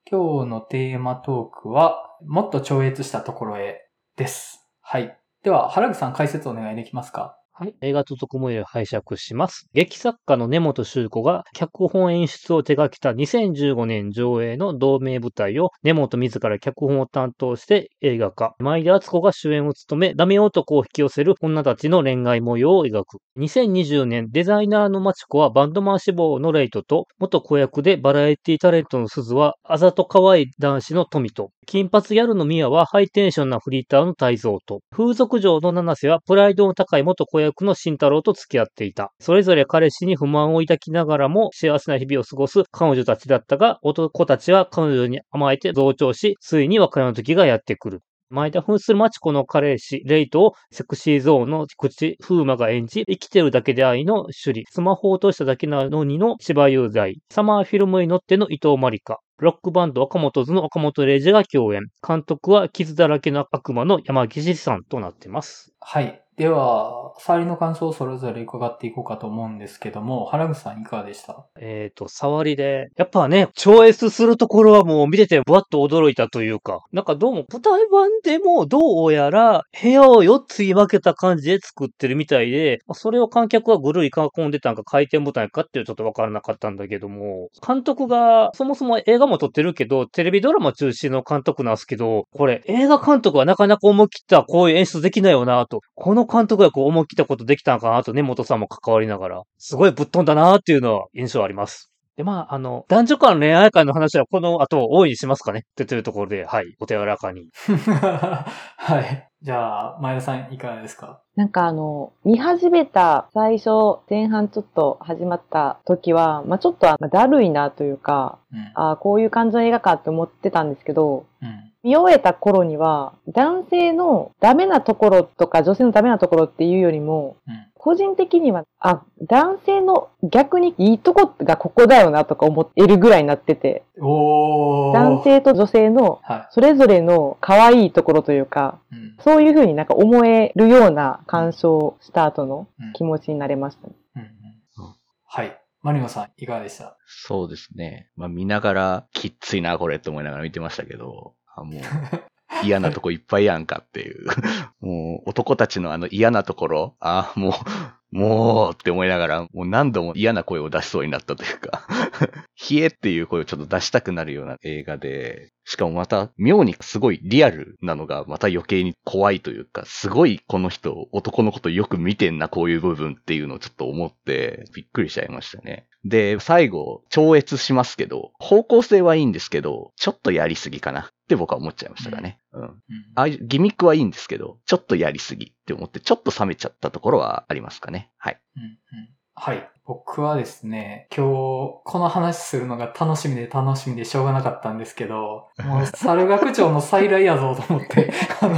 今日のテーマトークは、もっと超越したところへです。はい。では、原口さん解説お願いできますか？ はい。映画と特務へ拝借します。劇作家の根本周子が脚本演出を手掛けた2015年上映の同名舞台を根本自ら脚本を担当して映画化。前田敦子が主演を務め、ダメ男を引き寄せる女たちの恋愛模様を描く。2020年、デザイナーのマチコはバンドマン志望のレイトと、元子役でバラエティタレントの鈴は、あざと可愛い男子の富と、金髪ギャルのミアはハイテンションなフリーターの泰造と、風俗嬢の七瀬はプライドの高い元子役の慎太郎と付き合っていた。それぞれ彼氏に不満を抱きながらも幸せな日々を過ごす彼女たちだったが、男たちは彼女に甘えて増長し、ついに別れの時がやってくる。前田扮するマチコの彼氏、レイトをセクシーゾーンの口風磨が演じ、生きてるだけで愛の首里、スマホを落としただけなのにの千葉雄大、サマーフィルムに乗っての伊藤まりか、ロックバンド若本図の岡本零士が共演。監督は傷だらけの悪魔の山岸さんとなっています。 はい。では、触りの感想をそれぞれ伺っていこうかと思うんですけども、原口さんいかがでした？ 触りで、やっぱね、超越するところはもう見ててぶわっと驚いたというか、なんかどうも舞台版でもどうやら部屋を4つに分けた感じで作ってるみたいで、それを観客はぐるり囲んでたんか回転ボタンかっていうちょっとわからなかったんだけども、監督がそもそも映画も撮ってるけど、テレビドラマ中心の監督なんですけど、これ映画監督はなかなか思い切ったこういう演出できないよなと、この監督がこう思い切ったことできたのかなとね、元さんも関わりながら、すごいぶっ飛んだなっていうのは印象あります。で、男女間恋愛観の話はこの後大いにしますかねっていうところで、はい、お手柔らかに。 はい。じゃあ、前田さんいかがですか？ なんか見始めた最初、前半ちょっと始まった時は、ちょっとだるいなというか、こういう感じの映画かって思ってたんですけど、見終えた頃には、男性のダメなところとか女性のダメなところっていうよりも、個人的には、男性の逆にいいとこがここだよなとか思えるぐらいになってて、男性と女性のそれぞれの可愛いところというか、そういう風になんか思えるような鑑賞した後の気持ちになれましたね。 はい。マリノさんいかがでした？ そうですね。見ながらきっついなこれって思いながら見てましたけど、もう嫌なとこいっぱいやんかっていう。もう男たちの嫌なところ、もうって思いながら、もう何度も嫌な声を出しそうになったというか、冷えっていう声をちょっと出したくなるような映画で、しかもまた妙にすごいリアルなのがまた余計に怖いというか、すごいこの人、男のことよく見てんな、こういう部分っていうのをちょっと思ってびっくりしちゃいましたね。で、最後、超越しますけど、方向性はいいんですけど、ちょっとやりすぎかなって僕は思っちゃいましたかね。ああいうギミックはいいんですけど、ちょっとやりすぎって思って、ちょっと冷めちゃったところはありますかね。はい。 はい。僕はですね、今日この話するのが楽しみでしょうがなかったんですけど、もう猿学長の再来やぞと思って、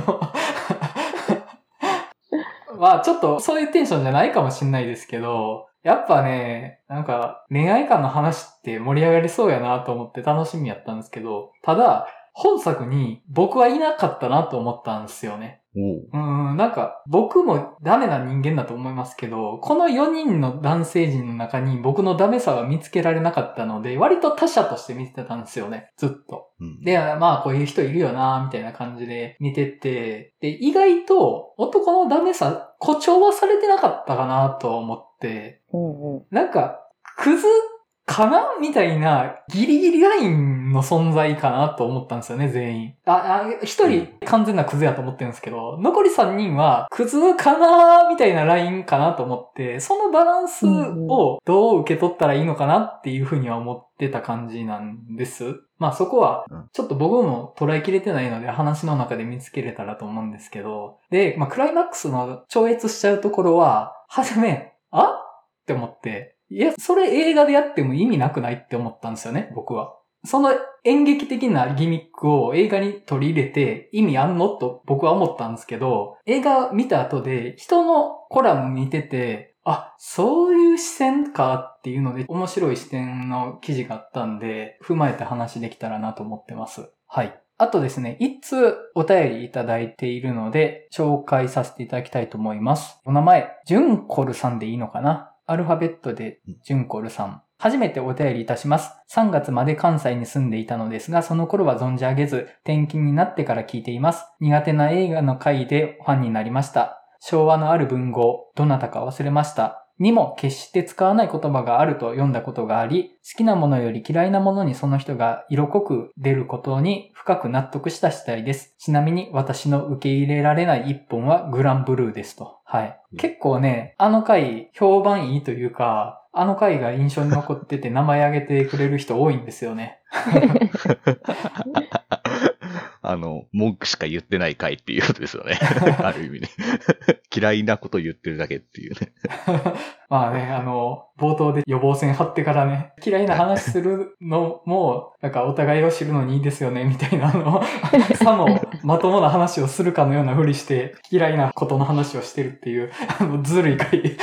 ちょっとそういうテンションじゃないかもしんないですけど、やっぱね、なんか恋愛観の話って盛り上がりそうやなと思って楽しみやったんですけど、ただ、本作に僕はいなかったなと思ったんですよね。なんか僕もダメな人間だと思いますけど、この4人の男性陣の中に僕のダメさは見つけられなかったので、割と他者として見てたんですよね、ずっと。で、こういう人いるよな、みたいな感じで見てて、で、意外と男のダメさ、誇張はされてなかったかなと思って、なんか、クズかなみたいな、ギリギリラインの存在かなと思ったんですよね、全員。一人完全なクズやと思ってるんですけど、残り3人はクズかなみたいなラインかなと思って、そのバランスをどう受け取ったらいいのかなっていうふうには思ってた感じなんです。そこは、ちょっと僕も捉えきれてないので話の中で見つけれたらと思うんですけど、で、クライマックスの超越しちゃうところは、はじめ、って思って、いや、それ映画でやっても意味なくないって思ったんですよね、僕は。その演劇的なギミックを映画に取り入れて意味あんのと僕は思ったんですけど、映画見た後で人のコラム見てて、そういう視線かっていうので面白い視点の記事があったんで、踏まえて話できたらなと思ってます。はい。あとですね、一通お便りいただいているので、紹介させていただきたいと思います。お名前、ジュンコルさんでいいのかな？アルファベットでジュンコルさん。 初めてお便りいたします。3月まで関西に住んでいたのですが、その頃は存じ上げず、転勤になってから聞いています。苦手な映画の回でファンになりました。昭和のある文豪、どなたか忘れました。にも決して使わない言葉があると読んだことがあり、好きなものより嫌いなものにその人が色濃く出ることに深く納得した次第です。ちなみに私の受け入れられない一本はグランブルーですと。はい。結構ね、あの回評判いいというか、あの回が印象に残ってて名前挙げてくれる人多いんですよね。 文句しか言ってない回っていうことですよね。ある意味ね。嫌いなこと言ってるだけっていうね。 まあね、冒頭で予防線張ってからね、嫌いな話するのも、なんかお互いを知るのにいいですよね、みたいなさもまともな話をするかのようなふりして、嫌いなことの話をしてるっていう、ずるい回。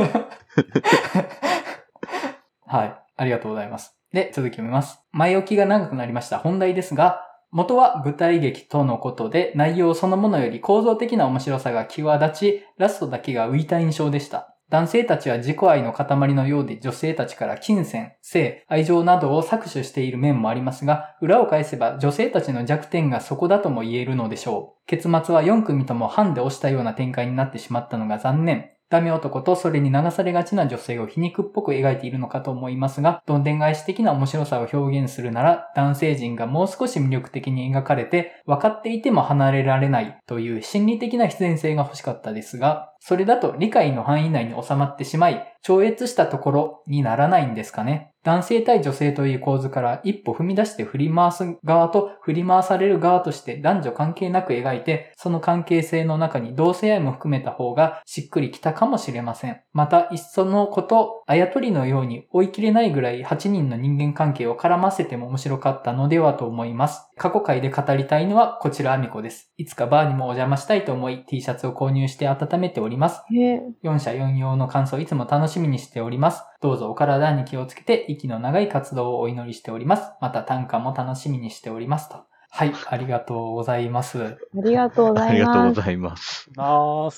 はい。ありがとうございます。で、続きを見ます。前置きが長くなりました本題ですが、元は舞台劇とのことで、内容そのものより構造的な面白さが際立ち、ラストだけが浮いた印象でした。男性たちは自己愛の塊のようで女性たちから金銭、性、愛情などを搾取している面もありますが、裏を返せば女性たちの弱点がそこだとも言えるのでしょう。結末は4組ともハンで押したような展開になってしまったのが残念。ダメ男とそれに流されがちな女性を皮肉っぽく描いているのかと思いますが、どんでん返し的な面白さを表現するなら、男性陣がもう少し魅力的に描かれて、分かっていても離れられないという心理的な必然性が欲しかったですが、それだと理解の範囲内に収まってしまい、超越したところにならないんですかね。男性対女性という構図から一歩踏み出して振り回す側と振り回される側として男女関係なく描いて、その関係性の中に同性愛も含めた方がしっくりきたかもしれません。また、いっそのこと、あやとりのように追い切れないぐらい8人の人間関係を絡ませても面白かったのではと思います。過去回で語りたいのはこちらあみこです。いつかバーにもお邪魔したいと思い T シャツを購入して温めております。4社4用の感想いつも楽しみにしております。どうぞお体に気をつけて息の長い活動をお祈りしております。また短歌も楽しみにしておりますと。はい、ありがとうございます。 ありがとうございます。 ありがとうございます。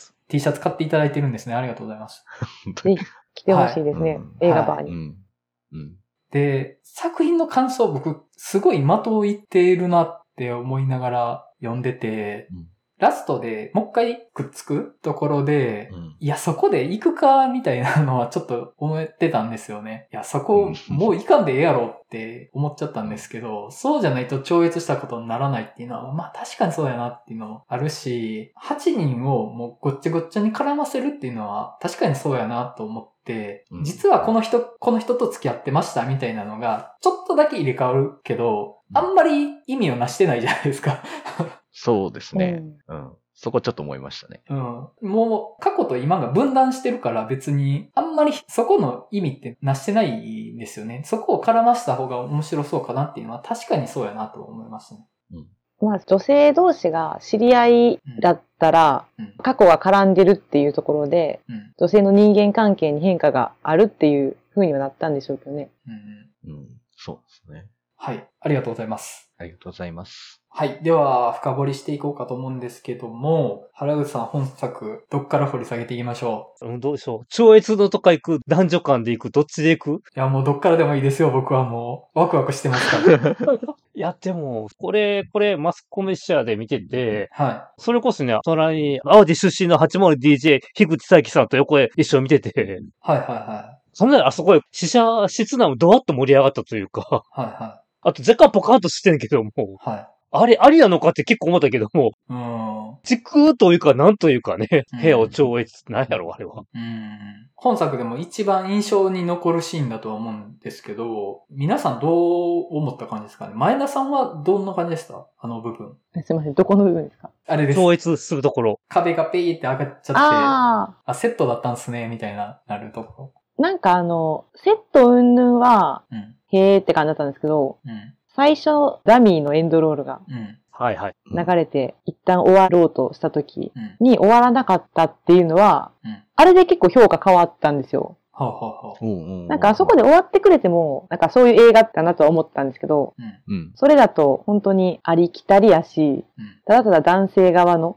T シャツ買っていただいてるんですね。ありがとうございます。 ぜひ来てほしいですね。映画バーに、 で、作品の感想僕すごい的を言っているなって思いながら読んでて、ラストでもう一回くっつくところで、いやそこで行くかみたいなのはちょっと思ってたんですよね。いやそこもう行かんでええやろって思っちゃったんですけど、そうじゃないと超越したことにならないっていうのはまあ確かにそうやなっていうのもあるし、8人をもうごっちゃごっちゃに絡ませるっていうのは確かにそうやなと思って、実はこの人と付き合ってましたみたいなのがちょっとだけ入れ替わるけど、あんまり意味をなしてないじゃないですか。 そうですね。そこちょっと思いましたね。 もう過去と今が分断してるから別にあんまりそこの意味ってなしてないんですよね。そこを絡ました方が面白そうかなっていうのは確かにそうやなと思いましたね。 まあ女性同士が知り合いだったら、過去が絡んでるっていうところで、女性の人間関係に変化があるっていう風にはなったんでしょうけどね。 そうですね。 はい。ありがとうございます。 ありがとうございます。 はい。では、深掘りしていこうかと思うんですけども、原口さん本作、どっから掘り下げていきましょう。どうでしょう。超越のとか行く、男女間で行く、どっちで行く？ いや、もうどっからでもいいですよ、僕はもう。ワクワクしてますから。 いや、でも、これ、マスコミシェアで見てて、 はい。 それこそね、隣に、淡路出身の802DJ、樋口佐伯さんと横で一緒に見てて、そんなにあそこで試写室内もドワッと盛り上がったというか、あと、若干ポカーンとしてんけども、あれ、ありなのかって結構思ったけども、時空というか、なんというかね、部屋を超越、なんやろ、あれは。 本作でも一番印象に残るシーンだとは思うんですけど、皆さんどう思った感じですかね。前田さんはどんな感じでした？あの部分。 すいません、どこの部分ですか？ あれです。 超越するところ。 壁がペーって上がっちゃって、セットだったんすね、みたいなるところ。 なんかセット云々は、へーって感じだったんですけど、最初、ダミーのエンドロールが流れて、一旦終わろうとした時に終わらなかったっていうのは、あれで結構評価変わったんですよ。なんかあそこで終わってくれても、なんかそういう映画だなとは思ったんですけど、それだと本当にありきたりやし、ただただ男性側の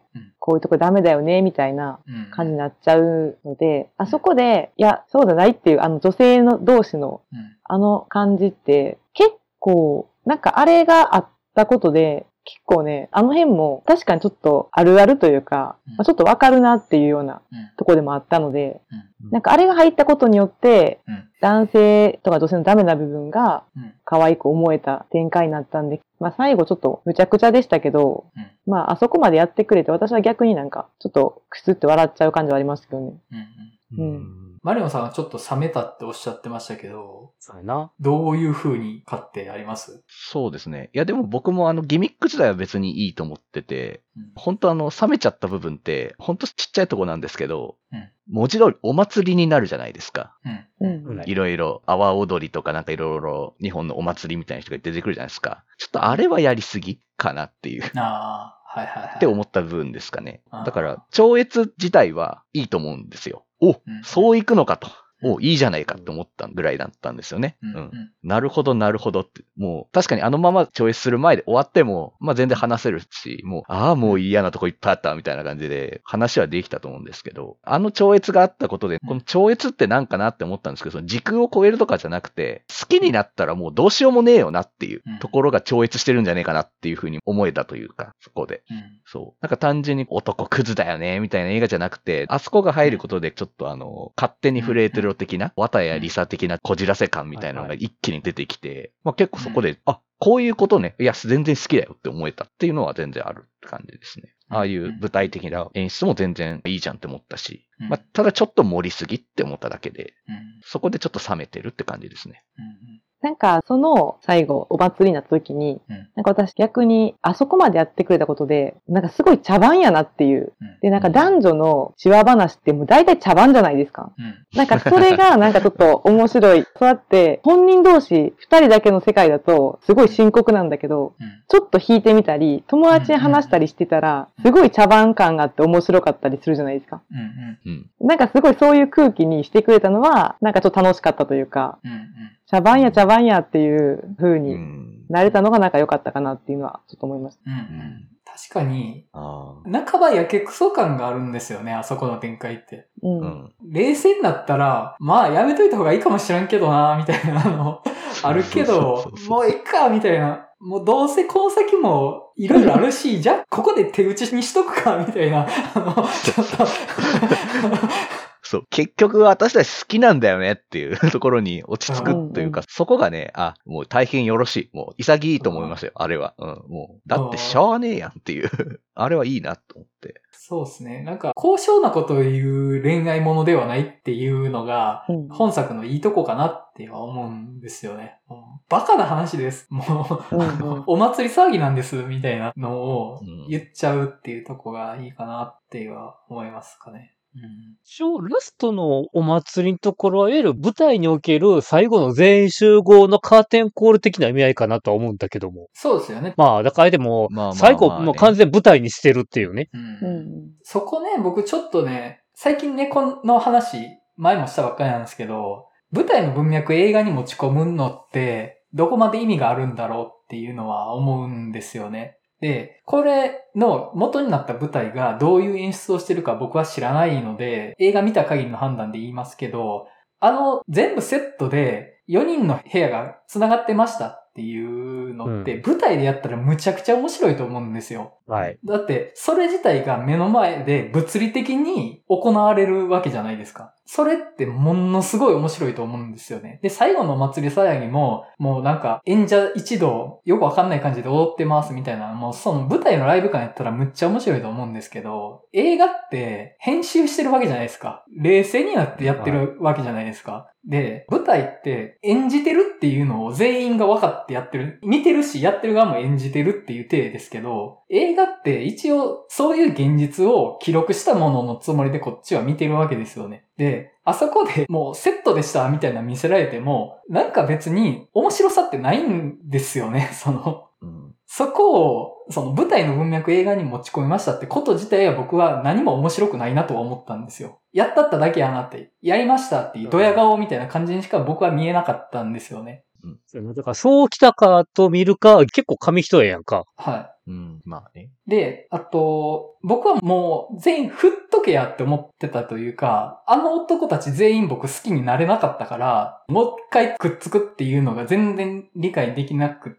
こういうとこダメだよね、みたいな感じになっちゃうので、あそこで、いや、そうじゃないっていう、女性の同士の、感じって、結構、なんかあれがあったことで、結構ね、あの辺も確かにちょっとあるあるというか、ちょっとわかるなっていうようなところでもあったので、なんかあれが入ったことによって、男性とか女性のダメな部分が可愛く思えた展開になったんで、まあ最後ちょっとむちゃくちゃでしたけど、まああそこまでやってくれて私は逆になんかちょっとクスって笑っちゃう感じはありますけどね。 マリオンさんはちょっと冷めたっておっしゃってましたけど、 そうやな。 どういう風に勝ってあります？ そうですね。いやでも僕もギミック自体は別にいいと思ってて、本当冷めちゃった部分って、本当ちっちゃいとこなんですけど、文字通りお祭りになるじゃないですか。いろいろ、阿波踊りとかなんかいろいろ日本のお祭りみたいな人が出てくるじゃないですか。ちょっとあれはやりすぎかなっていう。って思った部分ですかね。だから、超越自体はいいと思うんですよ。そういくのかと。いいじゃないかって思ったぐらいだったんですよね。なるほど、なるほどって。もう、確かにあのまま超越する前で終わっても、まあ全然話せるし、もう嫌なとこいっぱいあったみたいな感じで話はできたと思うんですけど、あの超越があったことで、この超越ってなんかなって思ったんですけど、その時空を超えるとかじゃなくて、好きになったらもうどうしようもねえよなっていうところが超越してるんじゃねえかなっていうふうに思えたというか、そこで。そう。なんか単純に男クズだよね、みたいな映画じゃなくて、あそこが入ることでちょっと勝手にフレーテロ的な、綿谷りさ的なこじらせ感みたいなのが一気に出てきて、まあ結構そこで、こういうことね、いや、全然好きだよって思えたっていうのは全然あるって感じですね。ああいう舞台的な演出も全然いいじゃんって思ったし、まあ、ただちょっと盛りすぎって思っただけで、そこでちょっと冷めてるって感じですね。 なんか、その最後、お祭りになった時に、なんか私逆に、あそこまでやってくれたことで、なんかすごい茶番やなっていう。で、なんか男女のシワ話ってもう大体茶番じゃないですか。なんかそれがなんかちょっと面白い。そうやって本人同士二人だけの世界だとすごい深刻なんだけど、ちょっと引いてみたり、友達に話したりしてたら、すごい茶番感があって面白かったりするじゃないですか。なんかすごいそういう空気にしてくれたのは、なんかちょっと楽しかったというか、茶番やっていう風になれたのがなんか良かったかなっていうのはちょっと思いました。 確かに、半ばやけくそ感があるんですよね、あそこの展開って。冷静になったら、まあやめといた方がいいかもしらんけどな、みたいなのあるけど、もういっか、みたいな。もうどうせこの先もいろいろあるし、じゃあここで手打ちにしとくか、みたいな。ちょっとそう。結局私たち好きなんだよねっていうところに落ち着くというか、そこがね、もう大変よろしい。もう潔いと思いますよ、あれは。もう、だってしゃあねえやんっていう。あれはいいなと思って。 そうですね。なんか、高尚なことを言う恋愛ものではないっていうのが、本作のいいとこかなっては思うんですよね。バカな話です。もう、お祭り騒ぎなんです、みたいなのを言っちゃうっていうとこがいいかなっては思いますかね。 一応、ラストのお祭りのところはいわゆる舞台における最後の全員集合のカーテンコール的な意味合いかなとは思うんだけども。 そうですよね。 まあ、だからでも、最後もう完全舞台にしてるっていうね。 そこね、僕ちょっとね、最近ね、この話、前もしたばっかりなんですけど、舞台の文脈映画に持ち込むのって、どこまで意味があるんだろうっていうのは思うんですよね。で、これの元になった舞台がどういう演出をしてるか僕は知らないので、映画見た限りの判断で言いますけど、全部セットで4人の部屋が繋がってましたっていうのって、舞台でやったらむちゃくちゃ面白いと思うんですよ。 はい。 だって、それ自体が目の前で物理的に行われるわけじゃないですか。それってものすごい面白いと思うんですよね。で、最後の祭り騒ぎも、もうなんか演者一同よくわかんない感じで踊ってますみたいな、もうその舞台のライブ感やったらむっちゃ面白いと思うんですけど、映画って編集してるわけじゃないですか。冷静になってやってるわけじゃないですか。で、舞台って演じてるっていうのを全員が分かってやってる。見てるし、やってる側も演じてるっていう体ですけど、映画って一応そういう現実を記録したもののつもりでこっちは見てるわけですよね。で、あそこでもうセットでしたみたいな見せられても、なんか別に面白さってないんですよね、そこを、舞台の文脈映画に持ち込みましたってこと自体は僕は何も面白くないなとは思ったんですよ。やったっただけやなって、やりましたっていうドヤ顔みたいな感じにしか僕は見えなかったんですよね。 だからそう来たかと見るか、結構紙一重やんか。 はうん、まあね。 で、あと、僕はもう全員振っとけやって思ってたというか、あの男たち全員僕好きになれなかったから、もう一回くっつくっていうのが全然理解できなくって、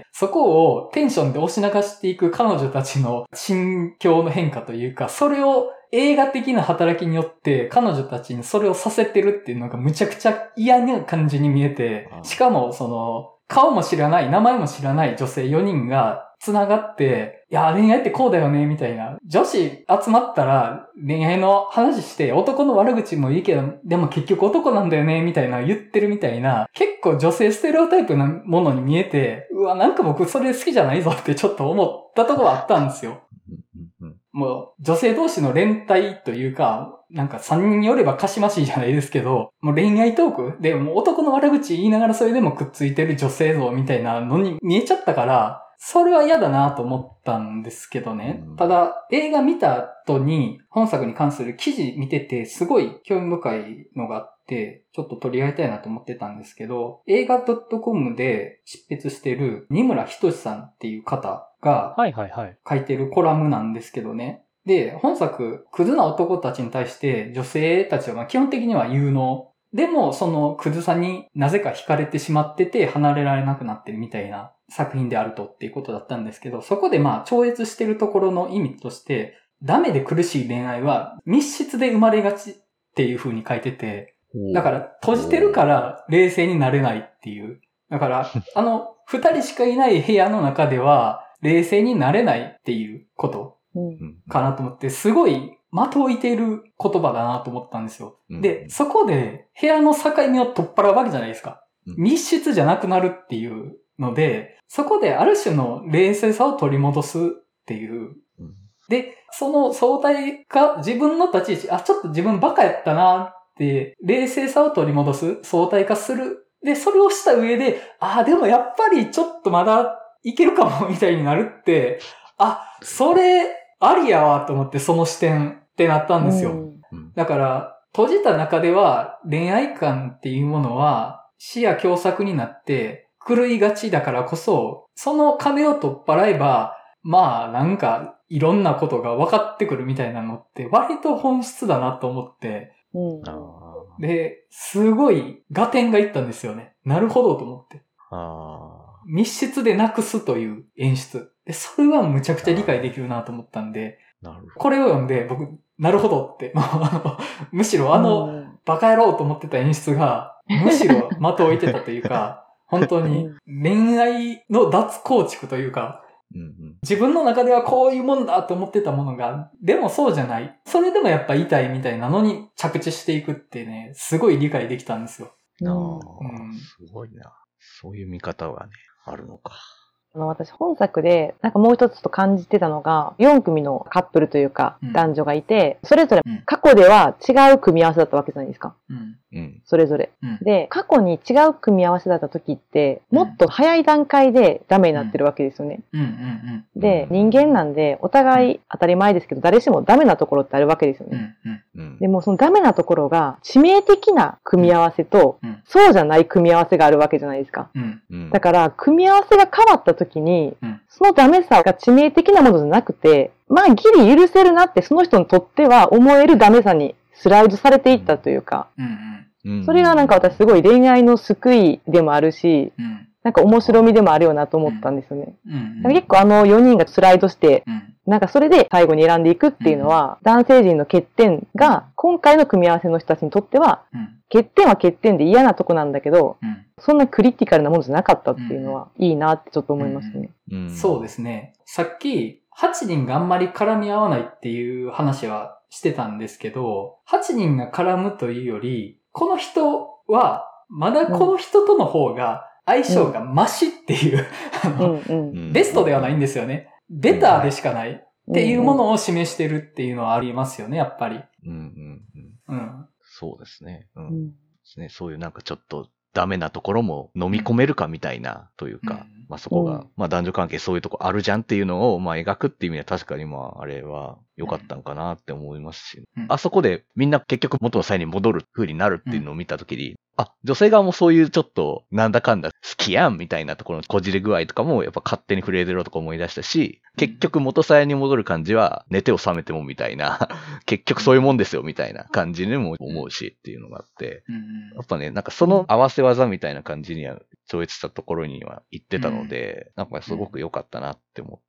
そこをテンションで押し流していく彼女たちの心境の変化というか、それを映画的な働きによって彼女たちにそれをさせてるっていうのがむちゃくちゃ嫌な感じに見えて、しかも顔も知らない、名前も知らない女性4人が繋がって、いや、恋愛ってこうだよね、みたいな。女子集まったら恋愛の話して男の悪口もいいけど、でも結局男なんだよね、みたいな言ってるみたいな、結構女性ステレオタイプなものに見えて、うわ、なんか僕それ好きじゃないぞってちょっと思ったところはあったんですよ。もう女性同士の連帯というか、なんか3人よればかしましいじゃないですけど、もう恋愛トークでもう男の悪口言いながらそれでもくっついてる女性像みたいなのに見えちゃったから、それは嫌だなと思ったんですけどね。ただ、映画見た後に本作に関する記事見ててすごい興味深いのがあって、ちょっと取り上げたいなと思ってたんですけど、映画 .com で執筆してる二村仁さんっていう方が書いてるコラムなんですけどね。で、本作、クズな男たちに対して女性たちは基本的には有能。でも、そのクズさになぜか惹かれてしまってて離れられなくなってるみたいな作品であるとっていうことだったんですけど、そこで超越してるところの意味として、ダメで苦しい恋愛は密室で生まれがちっていう風に書いてて、だから閉じてるから冷静になれないっていう。だから、二人しかいない部屋の中では冷静になれないっていうことかなと思って、すごい的を置いている言葉だなと思ったんですよ。で、そこで部屋の境目を取っ払うわけじゃないですか。密室じゃなくなるっていうので、そこである種の冷静さを取り戻すっていう。で、その相対が自分の立ち位置、ちょっと自分バカやったなって冷静さを取り戻す、相対化する。で、それをした上で、でもやっぱりちょっとまだいけるかもみたいになるって、それありやわと思ってその視点ってなったんですよ。だから閉じた中では恋愛観っていうものは視野狭窄になって狂いがちだからこそ、その壁を取っ払えば、なんかいろんなことが分かってくるみたいなのって割と本質だなと思って、で、すごい合点がいったんですよね。なるほどと思って。密室でなくすという演出。で、それはむちゃくちゃ理解できるなと思ったんで、これを読んで僕、なるほどって、むしろバカ野郎と思ってた演出が、むしろ的を置いてたというか、本当に恋愛の脱構築というか、自分の中ではこういうもんだと思ってたものが、でもそうじゃない。それでもやっぱ痛いみたいなのに着地していくってね、すごい理解できたんですよ。 すごいな。そういう見方がね、あるのか。 私本作でなんかもう一つと感じてたのが、4組のカップルというか男女がいて、それぞれ過去では違う組み合わせだったわけじゃないですか。それぞれ。で、過去に違う組み合わせだった時って、もっと早い段階でダメになってるわけですよね。で、人間なんでお互い当たり前ですけど、誰しもダメなところってあるわけですよね。でもそのダメなところが致命的な組み合わせと、そうじゃない組み合わせがあるわけじゃないですか。だから組み合わせが変わった時に、そのダメさが致命的なものじゃなくて、ギリ許せるなってその人にとっては思えるダメさにスライドされていったというか、それがなんか私すごい恋愛の救いでもあるし、なんか面白みでもあるよなと思ったんですよね。結構4人がスライドして、なんかそれで最後に選んでいくっていうのは、男性陣の欠点が今回の組み合わせの人たちにとっては、欠点は欠点で嫌なとこなんだけど、そんなクリティカルなものじゃなかったっていうのは、いいなってちょっと思いますね。 そうですね。さっき、8人があんまり絡み合わないっていう話はしてたんですけど、8人が絡むというより、この人は、まだこの人との方が相性がマシっていう、ベストではないんですよね。ベターでしかないっていうものを示してるっていうのはありますよね、やっぱり。 そうですね。そういうなんかちょっとダメなところも飲み込めるかみたいなというか、そこが、男女関係そういうとこあるじゃんっていうのを、描くっていう意味では確かにあれは良かったんかなって思いますし、あそこでみんな結局元の際に戻る風になるっていうのを見たときに、女性側もそういうちょっとなんだかんだ好きやんみたいなところのこじれ具合とかもやっぱ勝手に触れてろとか思い出したし、結局元鞘に戻る感じは寝てを覚めてもみたいな、結局そういうもんですよみたいな感じにも思うしっていうのがあって、やっぱね、なんかその合わせ技みたいな感じには超越したところには行ってたので、なんかすごく良かったなって思って、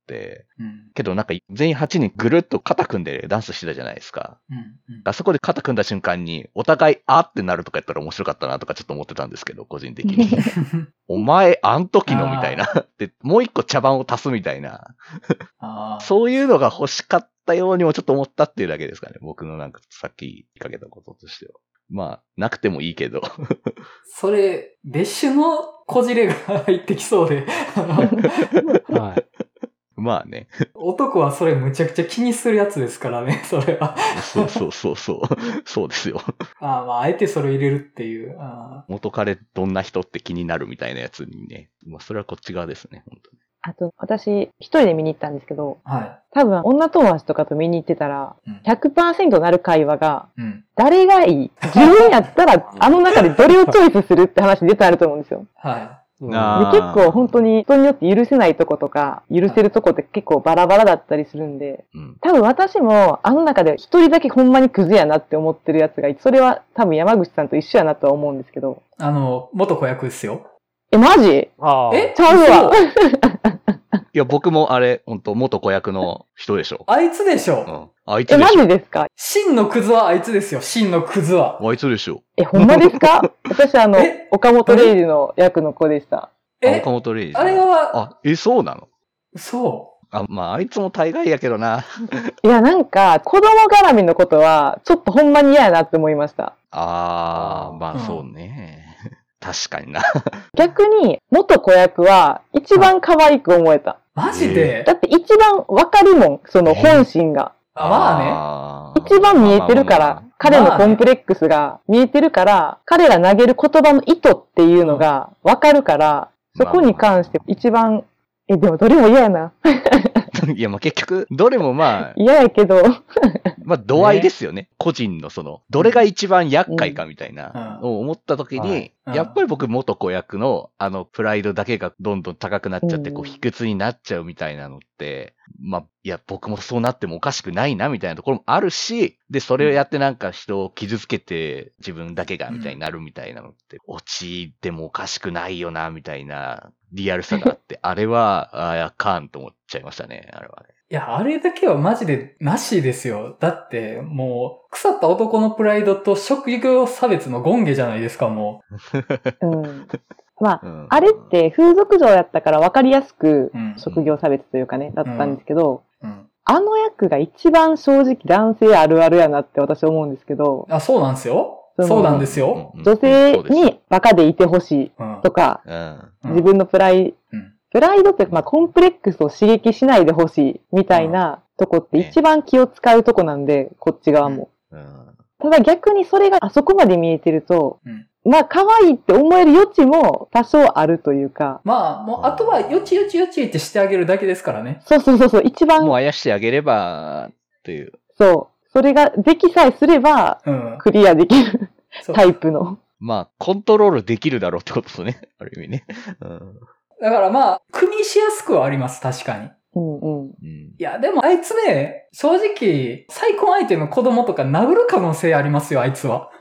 けどなんか全員8人ぐるっと肩組んでダンスしてたじゃないですか。あそこで肩組んだ瞬間にお互いあってなるとかやったら面白かったなとかちょっと思ってたんですけど、個人的に。お前あん時のみたいな。で、もう一個茶番を足すみたいな。そういうのが欲しかったようにもちょっと思ったっていうだけですかね。僕のなんかさっき言いかけたこととしては。まあ、なくてもいいけど。 それ、別種のこじれが入ってきそうで。 はい。 まあね。 男はそれむちゃくちゃ気にするやつですからね、それは。 そう。そうですよ。 まあ、あえてそれを入れるっていう。 元彼どんな人って気になるみたいなやつにね。まあ、それはこっち側ですね、本当に。 あと、私、一人で見に行ったんですけど、 はい。 多分、女友達とかと見に行ってたら、100% なる会話が、誰がいい？自分やったら、あの中でどれをチョイスするって話絶対あると思うんですよ。 はい。 で結構本当に人によって許せないとことか、許せるとこって結構バラバラだったりするんで、多分私もあの中で一人だけほんまにクズやなって思ってるやつがいて、それは多分山口さんと一緒やなとは思うんですけど。 元子役ですよ。 マジ？ちゃうわ。 いや、僕もあれ、元子役の人でしょ。 あいつでしょ。 あいつでしょ。 マジですか？ 真のクズはあいつですよ、真のクズは。 あいつでしょ。 ほんまですか？私岡本零士の役の子でした。 岡本零士。 あれは、 そうなの？ そう。 まあ、あいつも大概やけどな。 いや、なんか、子供絡みのことは、ちょっとほんまに嫌やなって思いました。 まあ、そうね。確かにな。 逆に、元子役は、一番可愛く思えた。 マジで？ だって一番わかるもん、その本心が。 まあね。一番見えてるから、彼のコンプレックスが見えてるから、彼ら投げる言葉の意図っていうのがわかるから、そこに関して一番、でもどれも嫌やな。 いや、まあ結局、どれもまあ。 嫌やけど。 まあ、度合いですよね。個人のどれが一番厄介かみたいなのを思った時に、やっぱり僕元子役のプライドだけがどんどん高くなっちゃって、卑屈になっちゃうみたいなのって、まあ、いや、僕もそうなってもおかしくないなみたいなところもあるし、で、それをやってなんか人を傷つけて自分だけがみたいになるみたいなのって、落ちてもおかしくないよなみたいなリアルさがあって、あれは、あかんと思っちゃいましたね、あれはね。 いや、あれだけはマジでなしですよ。だって、もう、腐った男のプライドと職業差別の権下じゃないですか、もう。まあ、あれって風俗嬢やったから分かりやすく職業差別というかね、だったんですけど、あの役が一番正直男性あるあるやなって私思うんですけど。 そうなんですよ。そうなんですよ。 女性にバカでいてほしいとか、自分のプライドってまあコンプレックスを刺激しないでほしいみたいなとこって一番気を使うとこなんで、こっち側も。ただ逆にそれがあそこまで見えてると、まあ可愛いって思える余地も多少あるというか。 まあもうあとはよちってしてあげるだけですからね。 そう、一番。 もうあやしてあげればっていう。 そう。それができさえすれば、クリアできるタイプの。 まあコントロールできるだろうってことですね。ある意味ね。 だからまあ、組みしやすくはあります、確かに。いや、でもあいつね、正直、再婚相手の子供とか殴る可能性ありますよ、あいつは。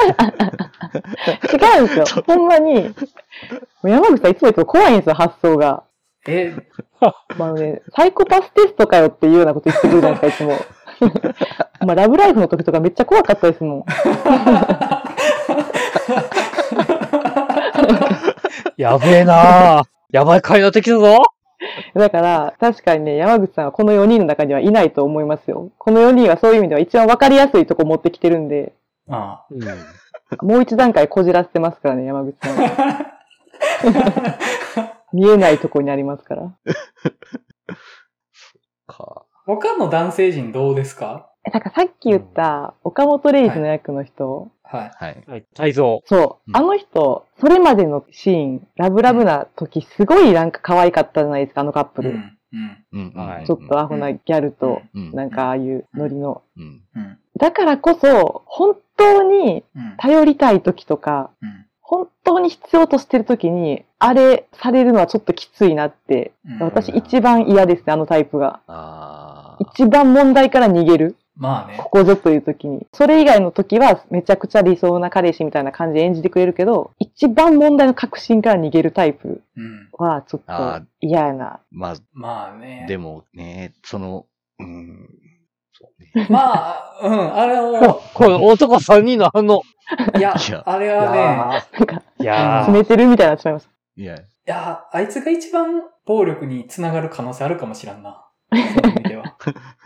違うんですよ。ほんまに。山口さんいつも怖いんですよ、発想が。まあね、サイコパステストかよっていうようなこと言ってくるじゃないですか、いつも。まあ、ラブライフの時とかめっちゃ怖かったですもん。 やべえなぁ。やばい会話できるぞ。 だから、確かにね、山口さんはこの4人の中にはいないと思いますよ。この4人はそういう意味では一番わかりやすいとこ持ってきてるんで。もう一段階こじらせてますからね、山口さんは。見えないとこにありますから。 他の男性陣どうですか？ だからさっき言った岡本零士の役の人。 はい。 泰造。 そう。あの人、それまでのシーン、ラブラブな時、すごいなんか可愛かったじゃないですか、あのカップル。 ちょっとアホなギャルと、なんかああいうノリの。だからこそ、本当に頼りたい時とか、本当に必要としてる時に、あれされるのはちょっときついなって、私一番嫌ですね、あのタイプが。一番問題から逃げる。 まあね。 ここぞという時に。それ以外の時はめちゃくちゃ理想な彼氏みたいな感じで演じてくれるけど、一番問題の核心から逃げるタイプはちょっと嫌やな。 まあね。 でもね、そうね、まあ、あれを。 これ男3人の反応。 いや、あれはね、 なんか、詰めてるみたいになっちゃいます。 いや、あいつが一番暴力につながる可能性あるかもしらんな。そういう意味では。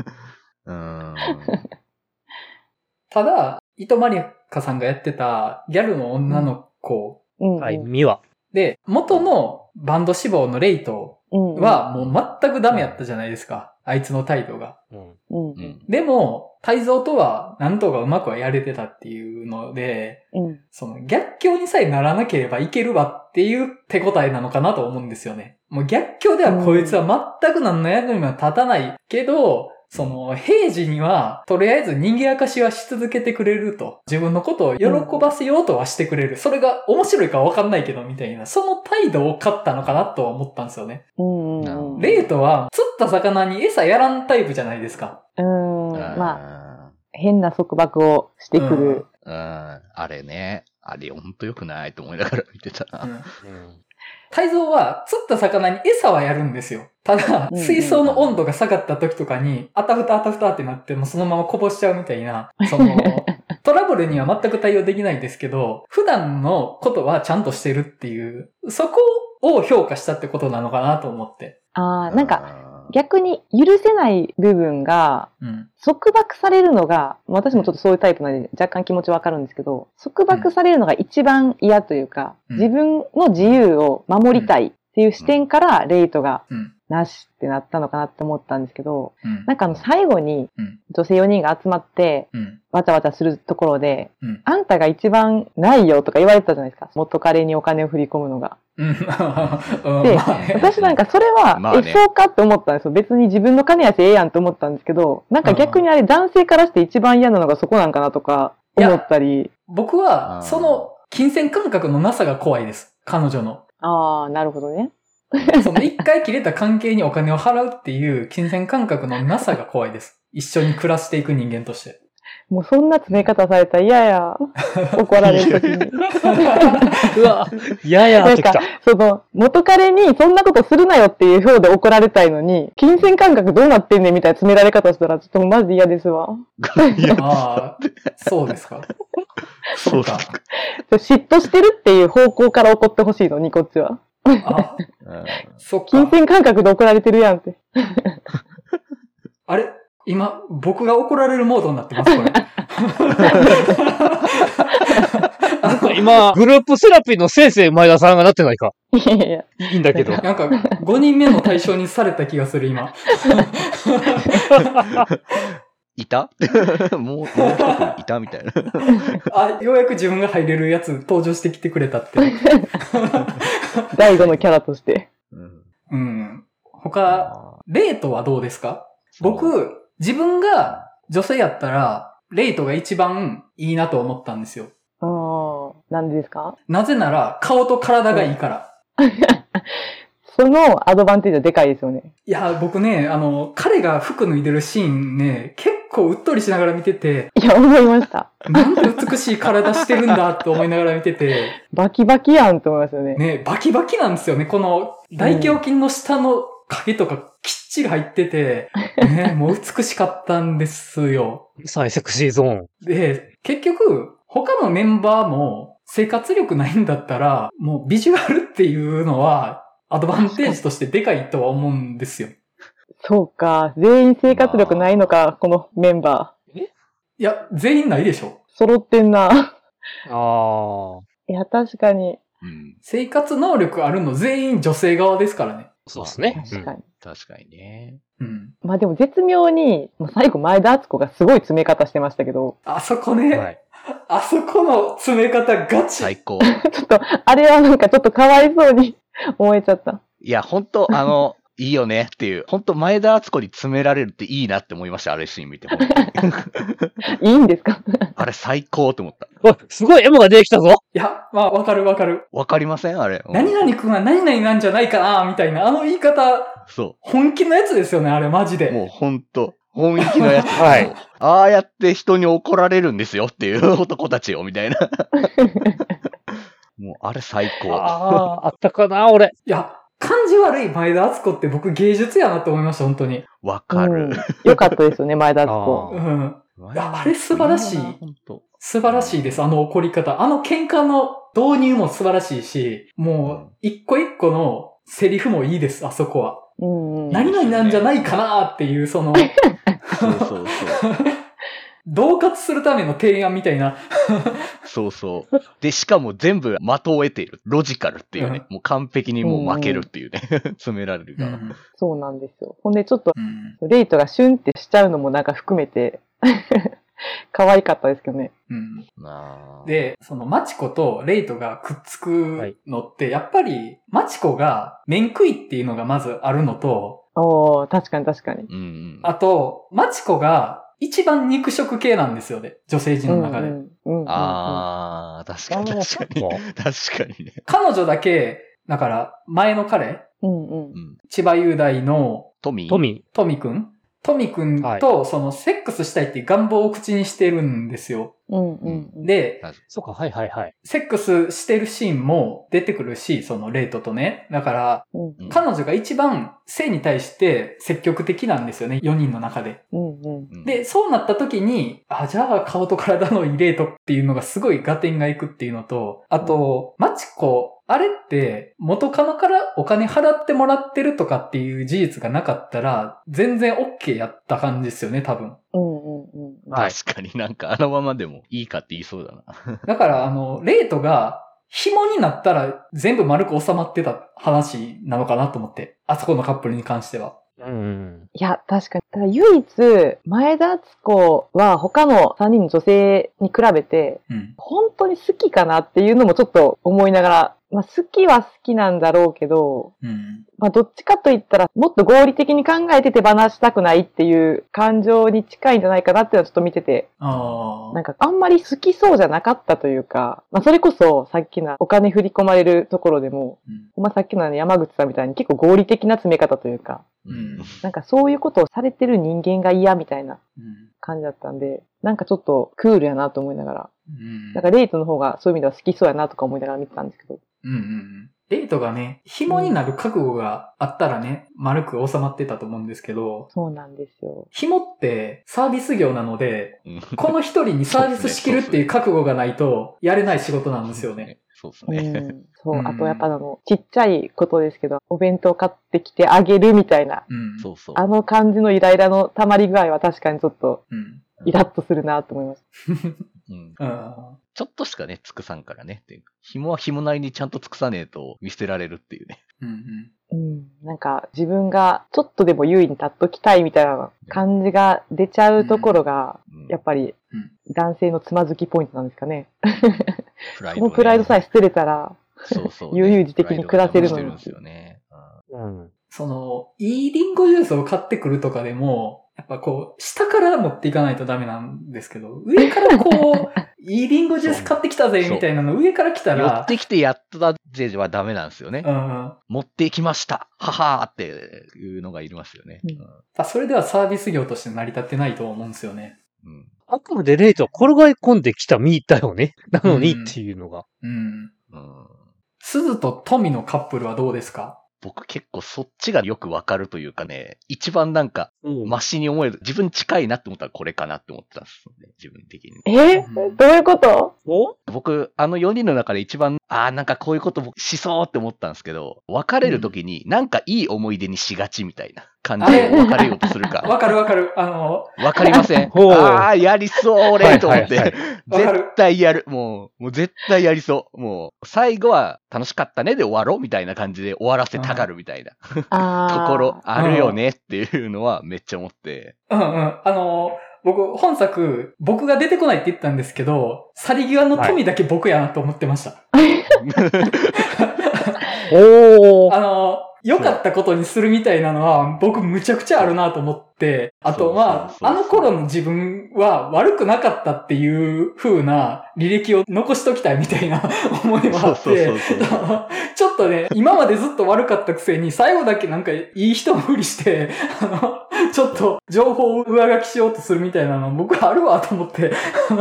ただ、糸まりかさんがやってたギャルの女の子、 はい、ミワ。 で、元のバンド志望のレイトはもう全くダメやったじゃないですか。あいつの態度が。でも、泰造とはなんとかうまくはやれてたっていうので、その逆境にさえならなければいけるわっていう手応えなのかなと思うんですよね。もう逆境ではこいつは全く何の役にも立たないけど、その平時にはとりあえず人間明かしはし続けてくれると。自分のことを喜ばせようとはしてくれる。それが面白いかわかんないけどみたいな、その態度を買ったのかなとは思ったんですよね。レイトは釣った魚に餌やらんタイプじゃないですか。 まあ、変な束縛をしてくる。 あれね。あれほんと良くないと思いながら見てたな。 泰造は釣った魚に餌はやるんですよ。ただ、水槽の温度が下がった時とかに、あたふたあたふたってなってもそのままこぼしちゃうみたいな、トラブルには全く対応できないですけど、普段のことはちゃんとしてるっていう、そこを評価したってことなのかなと思って。 なんか、逆に許せない部分が、束縛されるのが、私もちょっとそういうタイプなので若干気持ちわかるんですけど、束縛されるのが一番嫌というか、自分の自由を守りたいっていう視点からレイトがなしってなったのかなって思ったんですけど、なんか最後に女性4人が集まって、わちゃわちゃするところで、あんたが一番ないよとか言われてたじゃないですか。元彼にお金を振り込むのが。で、私なんかそれは、そうかって思ったんですよ。別に自分の金やしええやんって思ったんですけど、なんか逆にあれ男性からして一番嫌なのがそこなんかなとか思ったり。 僕は、その金銭感覚のなさが怖いです。彼女の。 なるほどね。 その一回切れた関係にお金を払うっていう金銭感覚のなさが怖いです。一緒に暮らしていく人間として。 もうそんな詰め方されたら嫌や。怒られるときに。 うわ、嫌やってきた。 元彼にそんなことするなよっていう方で怒られたいのに、金銭感覚どうなってんねんみたいな詰められ方したら、ちょっとマジで嫌ですわ。 そうですか。 そうか。 嫉妬してるっていう方向から怒ってほしいのに、こっちは。金銭感覚で怒られてるやんって。 あれ今、僕が怒られるモードになってます、これ。今、グループセラピーの先生前田さんがなってないか。いいんだけど。 なんか、5人目の対象にされた気がする、今。 いたもう一人いたみたいな。 ようやく自分が入れるやつ登場してきてくれたって。 第5のキャラとして。 他、レイトはどうですか？僕、自分が女性やったら、レイトが一番いいなと思ったんですよ。 なんでですか？ なぜなら、顔と体がいいから。 そのアドバンテージはでかいですよね。 いや、僕ね、彼が服脱いでるシーンね、結構うっとりしながら見てて。 いや、思いました。 なんて美しい体してるんだって思いながら見てて。 バキバキやんと思いますよね。 ね、バキバキなんですよね。この大胸筋の下の影とかきっちり入ってて、ね、もう美しかったんですよ。 最セクシーゾーン。 で、結局、他のメンバーも生活力ないんだったら、もうビジュアルっていうのはアドバンテージとしてでかいとは思うんですよ。 そうか。全員生活力ないのか、このメンバー。いや、全員ないでしょ。 揃ってんな。いや、確かに。 生活能力あるの全員女性側ですからね。 そうですね。 確かに。 確かにね。 まあでも絶妙に、最後前田敦子がすごい詰め方してましたけど。 あそこね。あそこの詰め方ガチ。 最高。 ちょっと、あれはなんかちょっとかわいそうに思えちゃった。 いや、本当いいよねっていう、本当前田敦子に詰められるっていいなって思いました、あれシーン見て。本当にいいんですか？ あれ最高って思った。 おい、すごい M が出てきたぞ。 いや、まあ、わかる。 わかりませんあれ。 何々くんは何々なんじゃないかなみたいな、あの言い方、 そう。 本気のやつですよね、あれ、マジで。 もう本気のやつ。 はい。 ああやって人に怒られるんですよっていう男たちよ、みたいな。もう、あれ最高。 あったかな、俺。 いや、感じ悪い前田敦子って僕芸術やなと思いました、本当に。 わかる。 よかったですよね、前田敦子。 いや、あれ素晴らしい。素晴らしいです、あの怒り方。あの喧嘩の導入も素晴らしいし、もう、一個一個のセリフもいいです、あそこは。何々なんじゃないかなっていう、そう。恫喝するための提案みたいな。 そう。で、しかも全部的を得ている。ロジカルっていうね。もう完璧にもう負けるっていうね。詰められるから。 そうなんですよ。ほんでちょっと、レイトがシュンってしちゃうのもなんか含めて、可愛かったですけどね。 で、そのマチコとレイトがくっつくのって、やっぱりマチコが面食いっていうのがまずあるのと、 確かに。 あと、マチコが一番肉食系なんですよね。女性陣の中で。 確かに。確かにね。 彼女だけ、だから前の彼、千葉雄大のトミくんと、そのセックスしたいっていう願望を口にしてるんですよ。で、 そうか、はい。 セックスしてるシーンも出てくるし、そのレイトとね。だから、彼女が一番性に対して積極的なんですよね。4人の中で。で、そうなった時に、じゃあ顔と体のいいレイトっていうのがすごい合点がいくっていうのと、あと、マチコ、あれって元カノからお金払ってもらってるとかっていう事実がなかったら全然 OK やった感じですよね、多分。 確かになんかあのままでもいいかって言いそうだな。 だからレイトが紐になったら全部丸く収まってた話なのかなと思って。あそこのカップルに関しては。 いや、確かに。ただ唯一、前田敦子は他の3人の女性に比べて、本当に好きかなっていうのもちょっと思いながら、好きは好きなんだろうけど、どっちかと言ったら、もっと合理的に考えて手放したくないっていう感情に近いんじゃないかなっていうのはちょっと見てて、なんかあんまり好きそうじゃなかったというか、それこそさっきのお金振り込まれるところでも、さっきの山口さんみたいに結構合理的な詰め方というか、なんかそういうことをされてる人間が嫌みたいな感じだったんで、なんかちょっとクールやなと思いながら、なんかレイトの方がそういう意味では好きそうやなとか思いながら見てたんですけど。 レイトがね、紐になる覚悟があったらね、丸く収まってたと思うんですけど、 そうなんですよ。 紐ってサービス業なので、この一人にサービスしきるっていう覚悟がないと、やれない仕事なんですよね。 そうですね。 そう。あとやっぱちっちゃいことですけど、お弁当買ってきてあげるみたいな。あの感じのイライラの溜まり具合は確かにちょっと、イラッとするなと思いました。 ちょっとしかね、尽くさんからねっていう。紐は紐なりにちゃんと尽くさねえと見捨てられるっていうね。 なんか自分がちょっとでも優位に立っときたいみたいな感じが出ちゃうところが、やっぱり男性のつまずきポイントなんですかね。そのプライドさえ捨てれたら、悠々自適に暮らせるのに。 その、いいリンゴジュースを買ってくるとかでも、やっぱこう、下から持っていかないとダメなんですけど、上からこう、いいリンゴジュース買ってきたぜみたいなの上から来たら。 寄ってきてやったぜはダメなんですよね。持ってきました。ははーっていうのがいりますよね。 それではサービス業として成り立ってないと思うんですよね。 あくまでレイトは転がり込んできた身だよね。なのにっていうのが。 鈴と富のカップルはどうですか？ 僕結構そっちがよくわかるというかね、一番なんか、マシに思える、自分近いなって思ったらこれかなって思ってたんですよね、自分的に。 どういうこと？ 僕、4人の中で一番、なんかこういうこと僕しそうって思ったんですけど、別れるときになんかいい思い出にしがちみたいな感じで別れようとするか。 わかる。 わかりません。やりそう、俺と思って。絶対やる。もう絶対やりそう。もう、最後は楽しかったねで終わろうみたいな感じで終わらせたがるみたいなところあるよねっていうのはめっちゃ思って。 僕、本作、僕が出てこないって言ったんですけど、去り際の富だけ僕やなと思ってました。 良かったことにするみたいなのは、僕むちゃくちゃあるなと思って、あとあの頃の自分は悪くなかったっていう風な履歴を残しときたいみたいな思いもあって、ちょっとね、今までずっと悪かったくせに、最後だけなんかいい人のふりして、ちょっと情報を上書きしようとするみたいなの僕あるわと思って。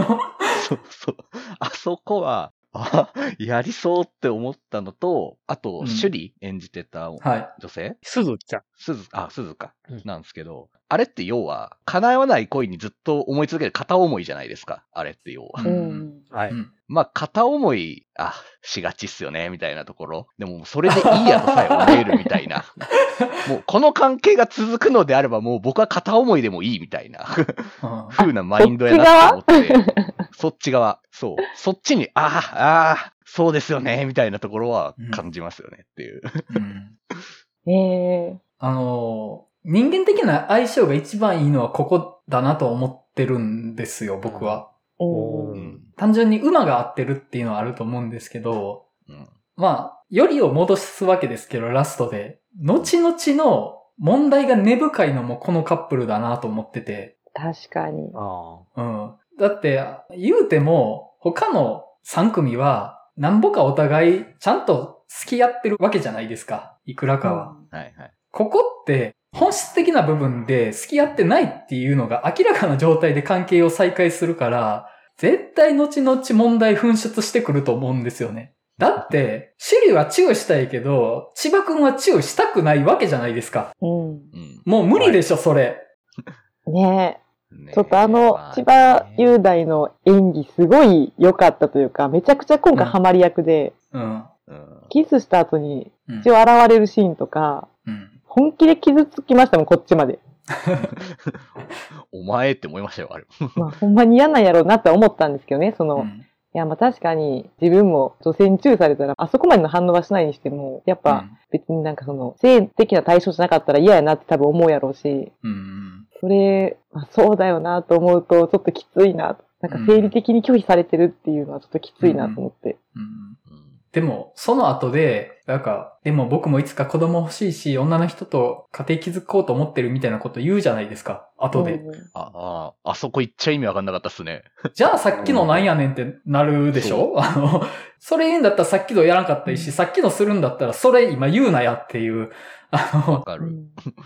あそこは、やりそうって思ったのと、あと、首里演じてた女性、 すずちゃん。 すずか、なんですけど、あれって要は、叶わない恋にずっと思い続ける片思いじゃないですか。あれって要は。 はい。 まあ、片思い、しがちっすよね、みたいなところ。でも、それでいいやとさえ思えるみたいな。もう、この関係が続くのであれば、もう僕は片思いでもいいみたいな、風なマインドやなと思って。そっち側。そう。そっちに、そうですよね、みたいなところは感じますよね、っていう。 人間的な相性が一番いいのはここだなと思ってるんですよ、僕は。単純に馬が合ってるっていうのはあると思うんですけど、まあ、よりを戻すわけですけど、ラストで。後々の問題が根深いのもこのカップルだなと思ってて。 確かに。 だって、言うても、他の3組は、なんぼかお互い、ちゃんと付き合ってるわけじゃないですか。いくらかは。ここって、本質的な部分で付き合ってないっていうのが明らかな状態で関係を再開するから、絶対後々問題噴出してくると思うんですよね。だって、首里はチューしたいけど、千葉くんはチューしたくないわけじゃないですか。もう無理でしょ、それ。 ねえ。ちょっと千葉雄大の演技すごい良かったというか、めちゃくちゃ今回ハマり役で、キスした後に一応現れるシーンとか、本気で傷つきましたもん、こっちまで。 お前って思いましたよ、あれ。 まあ、ほんまに嫌なんやろうなって思ったんですけどね、いや、まあ確かに自分も女性にチューされたら、あそこまでの反応はしないにしても、やっぱ別になんか性的な対象じゃなかったら嫌やなって多分思うやろうし、それ、そうだよなと思うとちょっときついな。なんか生理的に拒否されてるっていうのはちょっときついなと思って。 でも、その後で、でも僕もいつか子供欲しいし、女の人と家庭築こうと思ってるみたいなこと言うじゃないですか、後で。 あそこ言っちゃ意味わかんなかったっすね。 じゃあさっきのなんやねんってなるでしょ？それ言うんだったらさっきのやらんかったらいいし、さっきのするんだったらそれ今言うなやっていう。 わかる。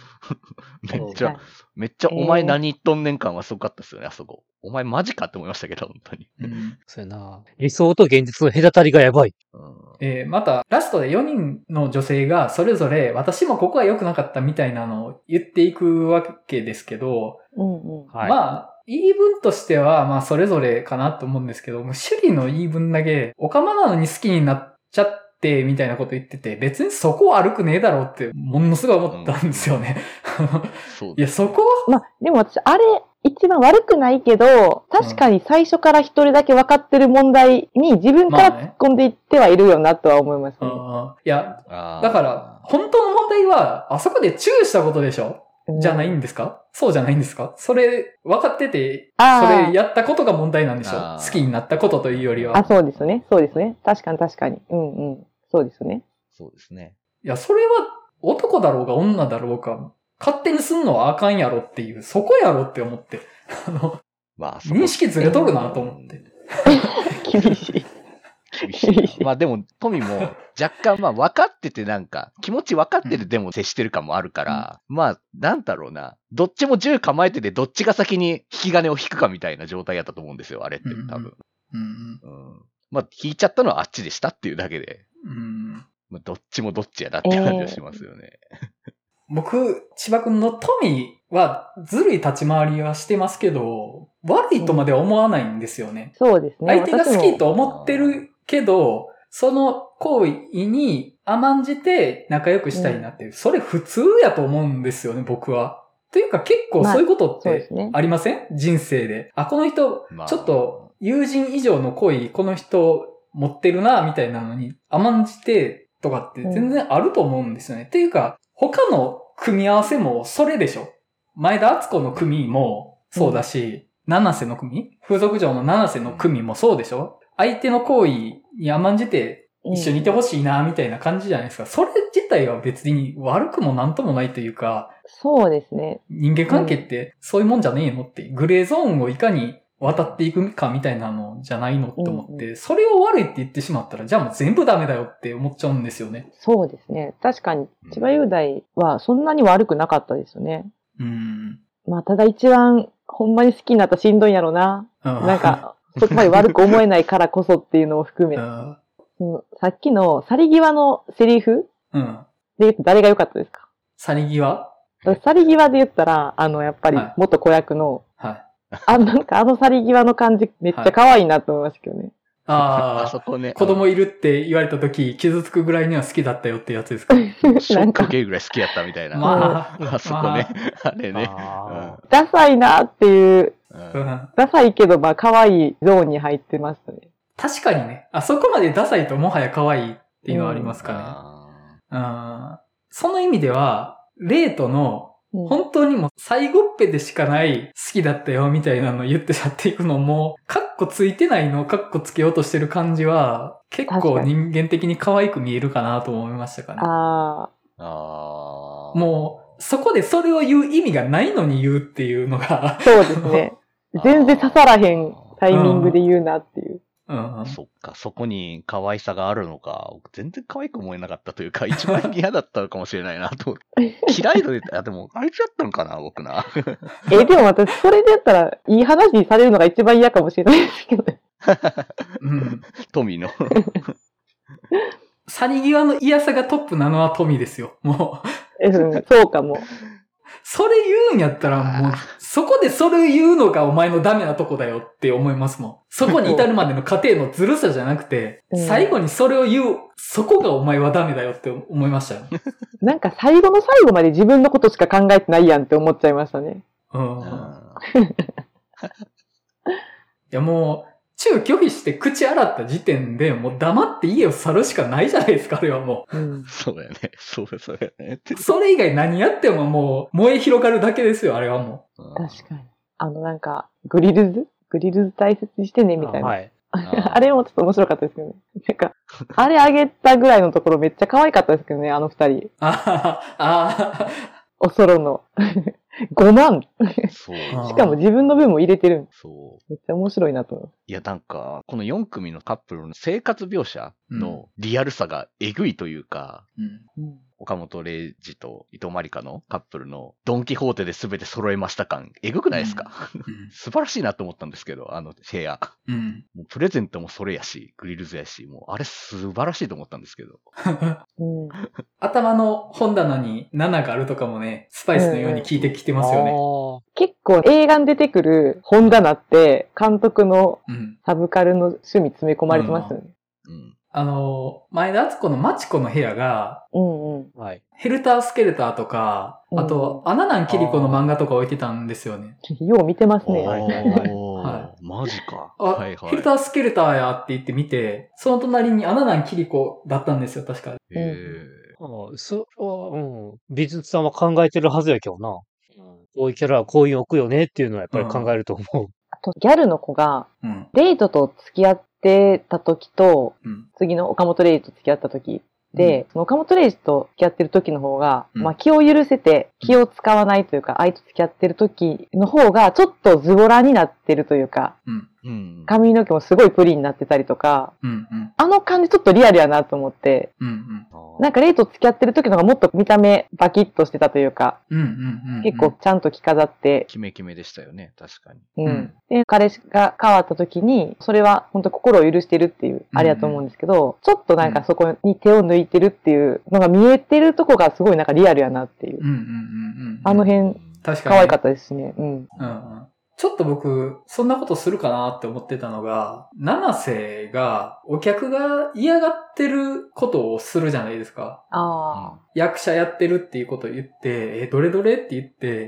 めっちゃお前何言っとんねん感はすごかったっすよね、あそこ。お前マジかって思いましたけど、本当に。 そうやな。理想と現実の隔たりがやばい。 また、ラストで4人の女性がそれぞれ私もここは良くなかったみたいなのを言っていくわけですけど、まあ、言い分としては、まあそれぞれかなと思うんですけど、首里の言い分だけ、オカマなのに好きになっちゃってみたいなこと言ってて、別にそこ悪くねえだろうって、ものすごい思ったんですよね。いや、そこはまあ、でも私、あれ、一番悪くないけど、確かに最初から一人だけ分かってる問題に自分から突っ込んでいってはいるよなとは思いますね。 いや、だから、本当の問題は、あそこでチューしたことでしょ？じゃないんですか？そうじゃないんですか？それ、分かってて、それやったことが問題なんでしょ？好きになったことというよりは。 そうですね。そうですね。確かに。そうですね。 そうですね。 いや、それは男だろうが女だろうか、勝手にすんのはあかんやろっていう、そこやろって思って。認識ずれとるなと思って。 厳しい。 まあでも、トミも若干分かってて気持ち分かっててでも接してる感もあるから、まあ、なんだろうな。どっちも銃構えててどっちが先に引き金を引くかみたいな状態やったと思うんですよ、あれって多分。まあ、引いちゃったのはあっちでしたっていうだけで。まあ、どっちもどっちやなって感じがしますよね。 僕、千葉くんのトミはずるい立ち回りはしてますけど、悪いとまでは思わないんですよね。 そうですね。 相手が好きと思ってるけど、その行為に甘んじて仲良くしたいなっていう、それ普通やと思うんですよね、僕は。というか結構そういうことってありません？人生で。この人、ちょっと友人以上の恋、この人持ってるな、みたいなのに甘んじてとかって全然あると思うんですよね。っていうか、他の組み合わせもそれでしょ。前田敦子の組もそうだし、七瀬の組？風俗嬢の七瀬の組もそうでしょ。相手の行為に甘んじて一緒にいてほしいな、みたいな感じじゃないですか。それ自体は別に悪くもなんともないというか、 そうですね。 人間関係ってそういうもんじゃねえのって、グレーゾーンをいかに渡っていくかみたいなのじゃないのって思って、それを悪いって言ってしまったら、じゃあもう全部ダメだよって思っちゃうんですよね。 そうですね。確かに、千葉雄大はそんなに悪くなかったですよね。まあ、ただ一番、ほんまに好きになったらしんどいんやろな。なんか、そこまで悪く思えないからこそっていうのを含め。さっきの去り際のセリフで言うと誰が良かったですか？ 去り際？ 去り際で言ったら、やっぱり元子役の、なんか去り際の感じめっちゃ可愛いなと思いましたけどね。 あそこね。 子供いるって言われた時、傷つくぐらいには好きだったよってやつですか？ ショック系ぐらい好きやったみたいな。 まあそこね。あれね。 ダサいなっていう、ダサいけど、まあ可愛いゾーンに入ってましたね。 確かにね。あそこまでダサいともはや可愛いっていうのはありますかね。その意味では、レイトの本当にもう最後っぺでしかない好きだったよみたいなのを言って去っていくのも、カッコついてないのをカッコつけようとしてる感じは、結構人間的に可愛く見えるかなと思いましたかね。もう、そこでそれを言う意味がないのに言うっていうのが。 そうですね。全然刺さらへんタイミングで言うなっていう。 そっか、そこに可愛さがあるのか、全然可愛く思えなかったというか、一番嫌だったのかもしれないなと。嫌いので、でも、あいつだったのかな、僕な。 でも私、それでやったら、いい話にされるのが一番嫌かもしれないですけどね。 富の。 去り際の嫌さがトップなのは富ですよ、もう。そうかも。 それ言うんやったらもう、そこでそれを言うのがお前のダメなとこだよって思いますもん。そこに至るまでの過程のずるさじゃなくて、最後にそれを言う、そこがお前はダメだよって思いましたよ。 なんか最後の最後まで自分のことしか考えてないやんって思っちゃいましたね。 いやもう、中拒否して口洗った時点でもう黙って家を去るしかないじゃないですか、あれはもう。そうだよね。そうだよね。 それ以外何やってももう燃え広がるだけですよ、あれはもう。確かに。なんか、グリルズ大切にしてね、みたいな。あれもちょっと面白かったですけどね。なんか、あれあげたぐらいのところめっちゃ可愛かったですけどね、あの二人。おそろの。5万そう。 しかも自分の分も入れてる。 そう。 めっちゃ面白いなと思う。 いや、なんか、この4組のカップルの生活描写のリアルさがえぐいというか、岡本玲二と伊藤まりかのカップルのドンキホーテで全て揃えました感、えぐくないですか、素晴らしいなと思ったんですけど、あの部屋。もうプレゼントもそれやし、グリルズやし、もうあれ素晴らしいと思ったんですけど。 頭の本棚に7があるとかもね、スパイスのように効いてきてますよね。 結構映画に出てくる本棚って監督のサブカルの趣味詰め込まれてますよね。 前田敦子のマチコの部屋が、ヘルタースケルターとか、あと、アナナンキリコの漫画とか置いてたんですよね。 よう見てますね。 マジか。 ヘルタースケルターやって言って見て、その隣にアナナンキリコだったんですよ、確か。 美術さんは考えてるはずやけどな。こういうキャラはこういう置くよねっていうのはやっぱり考えると思う。 あと、ギャルの子が、レイトと付き合ってた時と、次の岡本レイと付き合った時で、その岡本レイと付き合ってる時の方が、まあ気を許せて気を使わないというか、愛と付き合ってる時の方がちょっとズボラになってるというか、髪の毛もすごいプリンになってたりとか、あの感じちょっとリアルやなと思って、なんかレイと付き合ってる時の方がもっと見た目バキッとしてたというか、結構ちゃんと着飾って。 キメキメでしたよね、確かに。 で、彼氏が変わった時に、それは本当心を許してるっていう、あれやと思うんですけど、ちょっとなんかそこに手を抜いてるっていうのが見えてるとこがすごいなんかリアルやなっていう。あの辺、可愛かったですしね。 ちょっと僕、そんなことするかなって思ってたのが、七瀬がお客が嫌がってることをするじゃないですか。役者やってるっていうことを言って、どれどれって言って、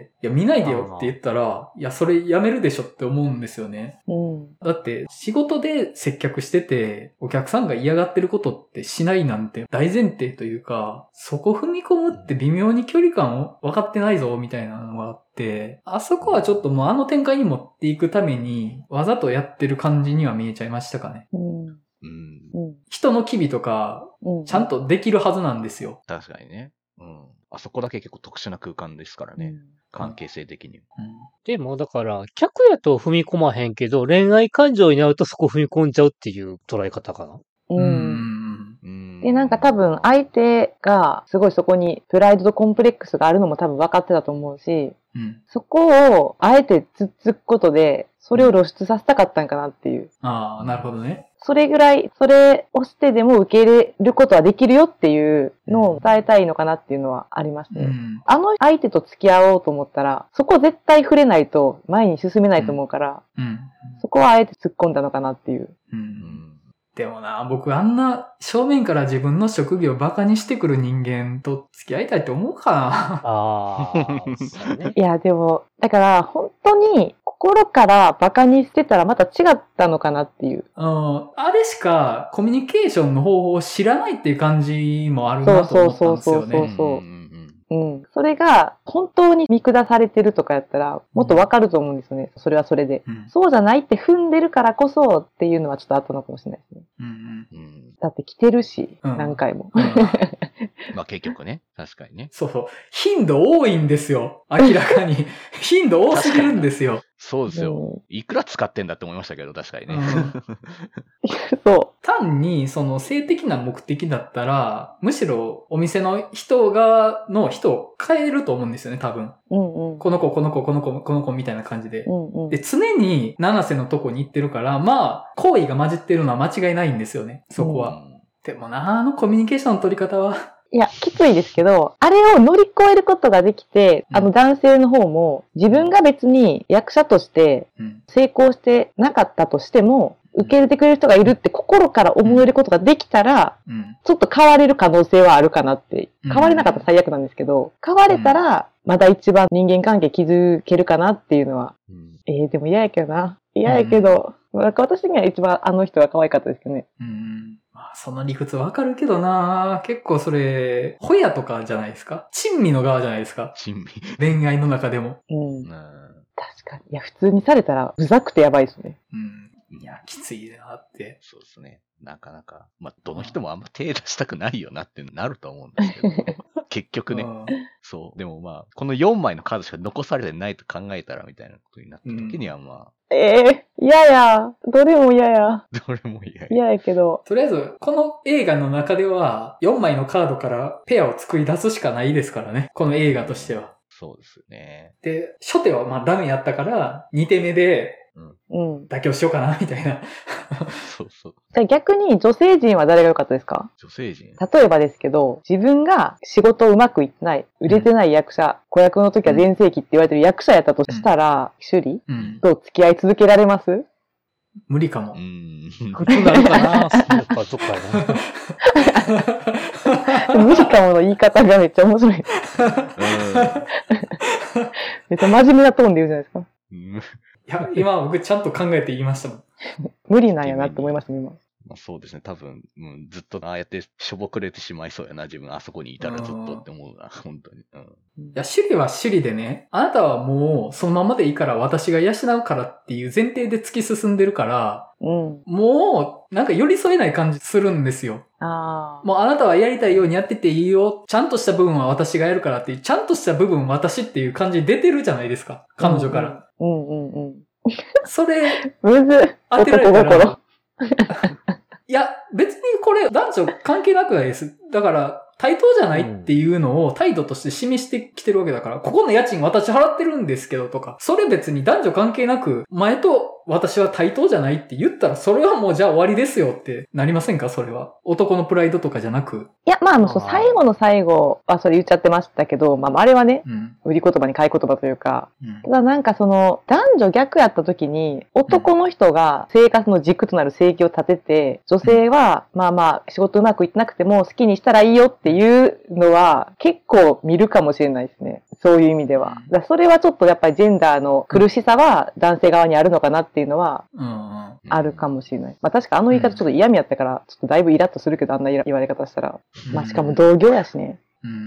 いや見ないでよって言ったら、いやそれやめるでしょって思うんですよね。だって仕事で接客してて、お客さんが嫌がってることってしないなんて大前提というか、そこ踏み込むって微妙に距離感を分かってないぞみたいなのがあって、あそこはちょっともうあの展開に持っていくためにわざとやってる感じには見えちゃいましたかね。 人の機微とか、ちゃんとできるはずなんですよ。 確かにね。あそこだけ結構特殊な空間ですからね。関係性的に。 でも、だから、客やと踏み込まへんけど、恋愛感情になるとそこ踏み込んじゃうっていう捉え方かな。 で、なんか多分相手がすごいそこにプライドとコンプレックスがあるのも多分分かってたと思うし、そこをあえてつっつくことで、それを露出させたかったんかなっていう。 ああ、なるほどね。 それぐらい、それをしてでも受け入れることはできるよっていうのを伝えたいのかなっていうのはありますね。あの相手と付き合おうと思ったら、そこ絶対触れないと前に進めないと思うから、そこはあえて突っ込んだのかなっていう。 でもな、僕あんな正面から自分の職業をバカにしてくる人間と付き合いたいと思うかな。いや、でも、だから本当に心からバカにしてたらまた違ったのかなっていう。 あれしかコミュニケーションの方法を知らないっていう感じもあるなと思ったんですよね。 それが本当に見下されてるとかやったらもっとわかると思うんですよね。それはそれで。そうじゃないって踏んでるからこそっていうのはちょっと後のかもしれないですね。だって来てるし、何回も。 まあ結局ね。確かにね。 そう。頻度多いんですよ。明らかに。頻度多すぎるんですよ。 そうですよ。いくら使ってんだって思いましたけど、確かにね。 そう。 単にその性的な目的だったら、むしろお店の人側の人を変えると思うんですよね、多分。この子みたいな感じで。で、常に七瀬のとこに行ってるから、まあ、好意が混じってるのは間違いないんですよね、そこは。でもな、あのコミュニケーションの取り方は。 いや、きついですけど、あれを乗り越えることができて、男性の方も自分が別に役者として成功してなかったとしても、受け入れてくれる人がいるって心から思えることができたら、ちょっと変われる可能性はあるかなって。変われなかったら最悪なんですけど、変われたら、まだ一番人間関係築けるかなっていうのは。でも嫌やけどな。嫌やけど、私には一番あの人が可愛かったですけどね。 まあ、その理屈わかるけどな。結構それ、ホヤとかじゃないですか。珍味の側じゃないですか。 珍味。 恋愛の中でも。 確かに。いや、普通にされたら、うざくてやばいですね。 いや、きついなって。 そうですね。なかなか。まあ、どの人もあんま手出したくないよなってなると思うんですけど。結局ね。そう。でもまあ、この4枚のカードしか残されてないと考えたらみたいなことになった時にはまあ。 嫌や。どれも嫌や。 どれも嫌や。 嫌やけど。 とりあえず、この映画の中では、4枚のカードからペアを作り出すしかないですからね。この映画としては。 そうですね。 で、初手はまあダメやったから、2手目で、妥協しようかな、みたいな。 逆に女性陣は誰が良かったですか？ 女性陣。 例えばですけど、自分が仕事うまくいってない、売れてない役者、子役の時は全盛期って言われてる役者やったとしたら、趣里と付き合い続けられます？ 無理かも。 普通なるかな。そっか無理かもの言い方がめっちゃ面白い。めっちゃ真面目なトーンで言うじゃないですか。 いや、今僕ちゃんと考えて言いましたもん。 無理なんやなって思いました、今。 まあ、そうですね。多分、ずっとああやってしょぼくれてしまいそうやな。自分あそこにいたらずっとって思うな。本当に。いや、趣里は趣里でね、あなたはもうそのままでいいから私が養うからっていう前提で突き進んでるから、もうなんか寄り添えない感じするんですよ。もうあなたはやりたいようにやってていいよ。ちゃんとした部分は私がやるからっていう、ちゃんとした部分私っていう感じ出てるじゃないですか。彼女から。それ、 むず当てられたら。いや、別にこれ男女関係なくないです。だから、対等じゃないっていうのを態度として示してきてるわけだから、ここの家賃私払ってるんですけどとか、それ別に男女関係なく、前と私は対等じゃないって言ったら、それはもうじゃあ終わりですよってなりませんか？それは。男のプライドとかじゃなく。 いや、まあ、最後の最後はそれ言っちゃってましたけど、まあ、あれはね、売り言葉に買い言葉というか、ただなんか男女逆やった時に、男の人が生活の軸となる生計を立てて、女性は、まあまあ、仕事うまくいってなくても好きにしたらいいよっていうのは、結構見るかもしれないですね。そういう意味では。だそれはちょっとやっぱりジェンダーの苦しさは男性側にあるのかなっていうのは、あるかもしれない。まあ確かあの言い方ちょっと嫌味やったから、ちょっとだいぶイラッとするけど、あんな言われ方したら。まあしかも同業やしね。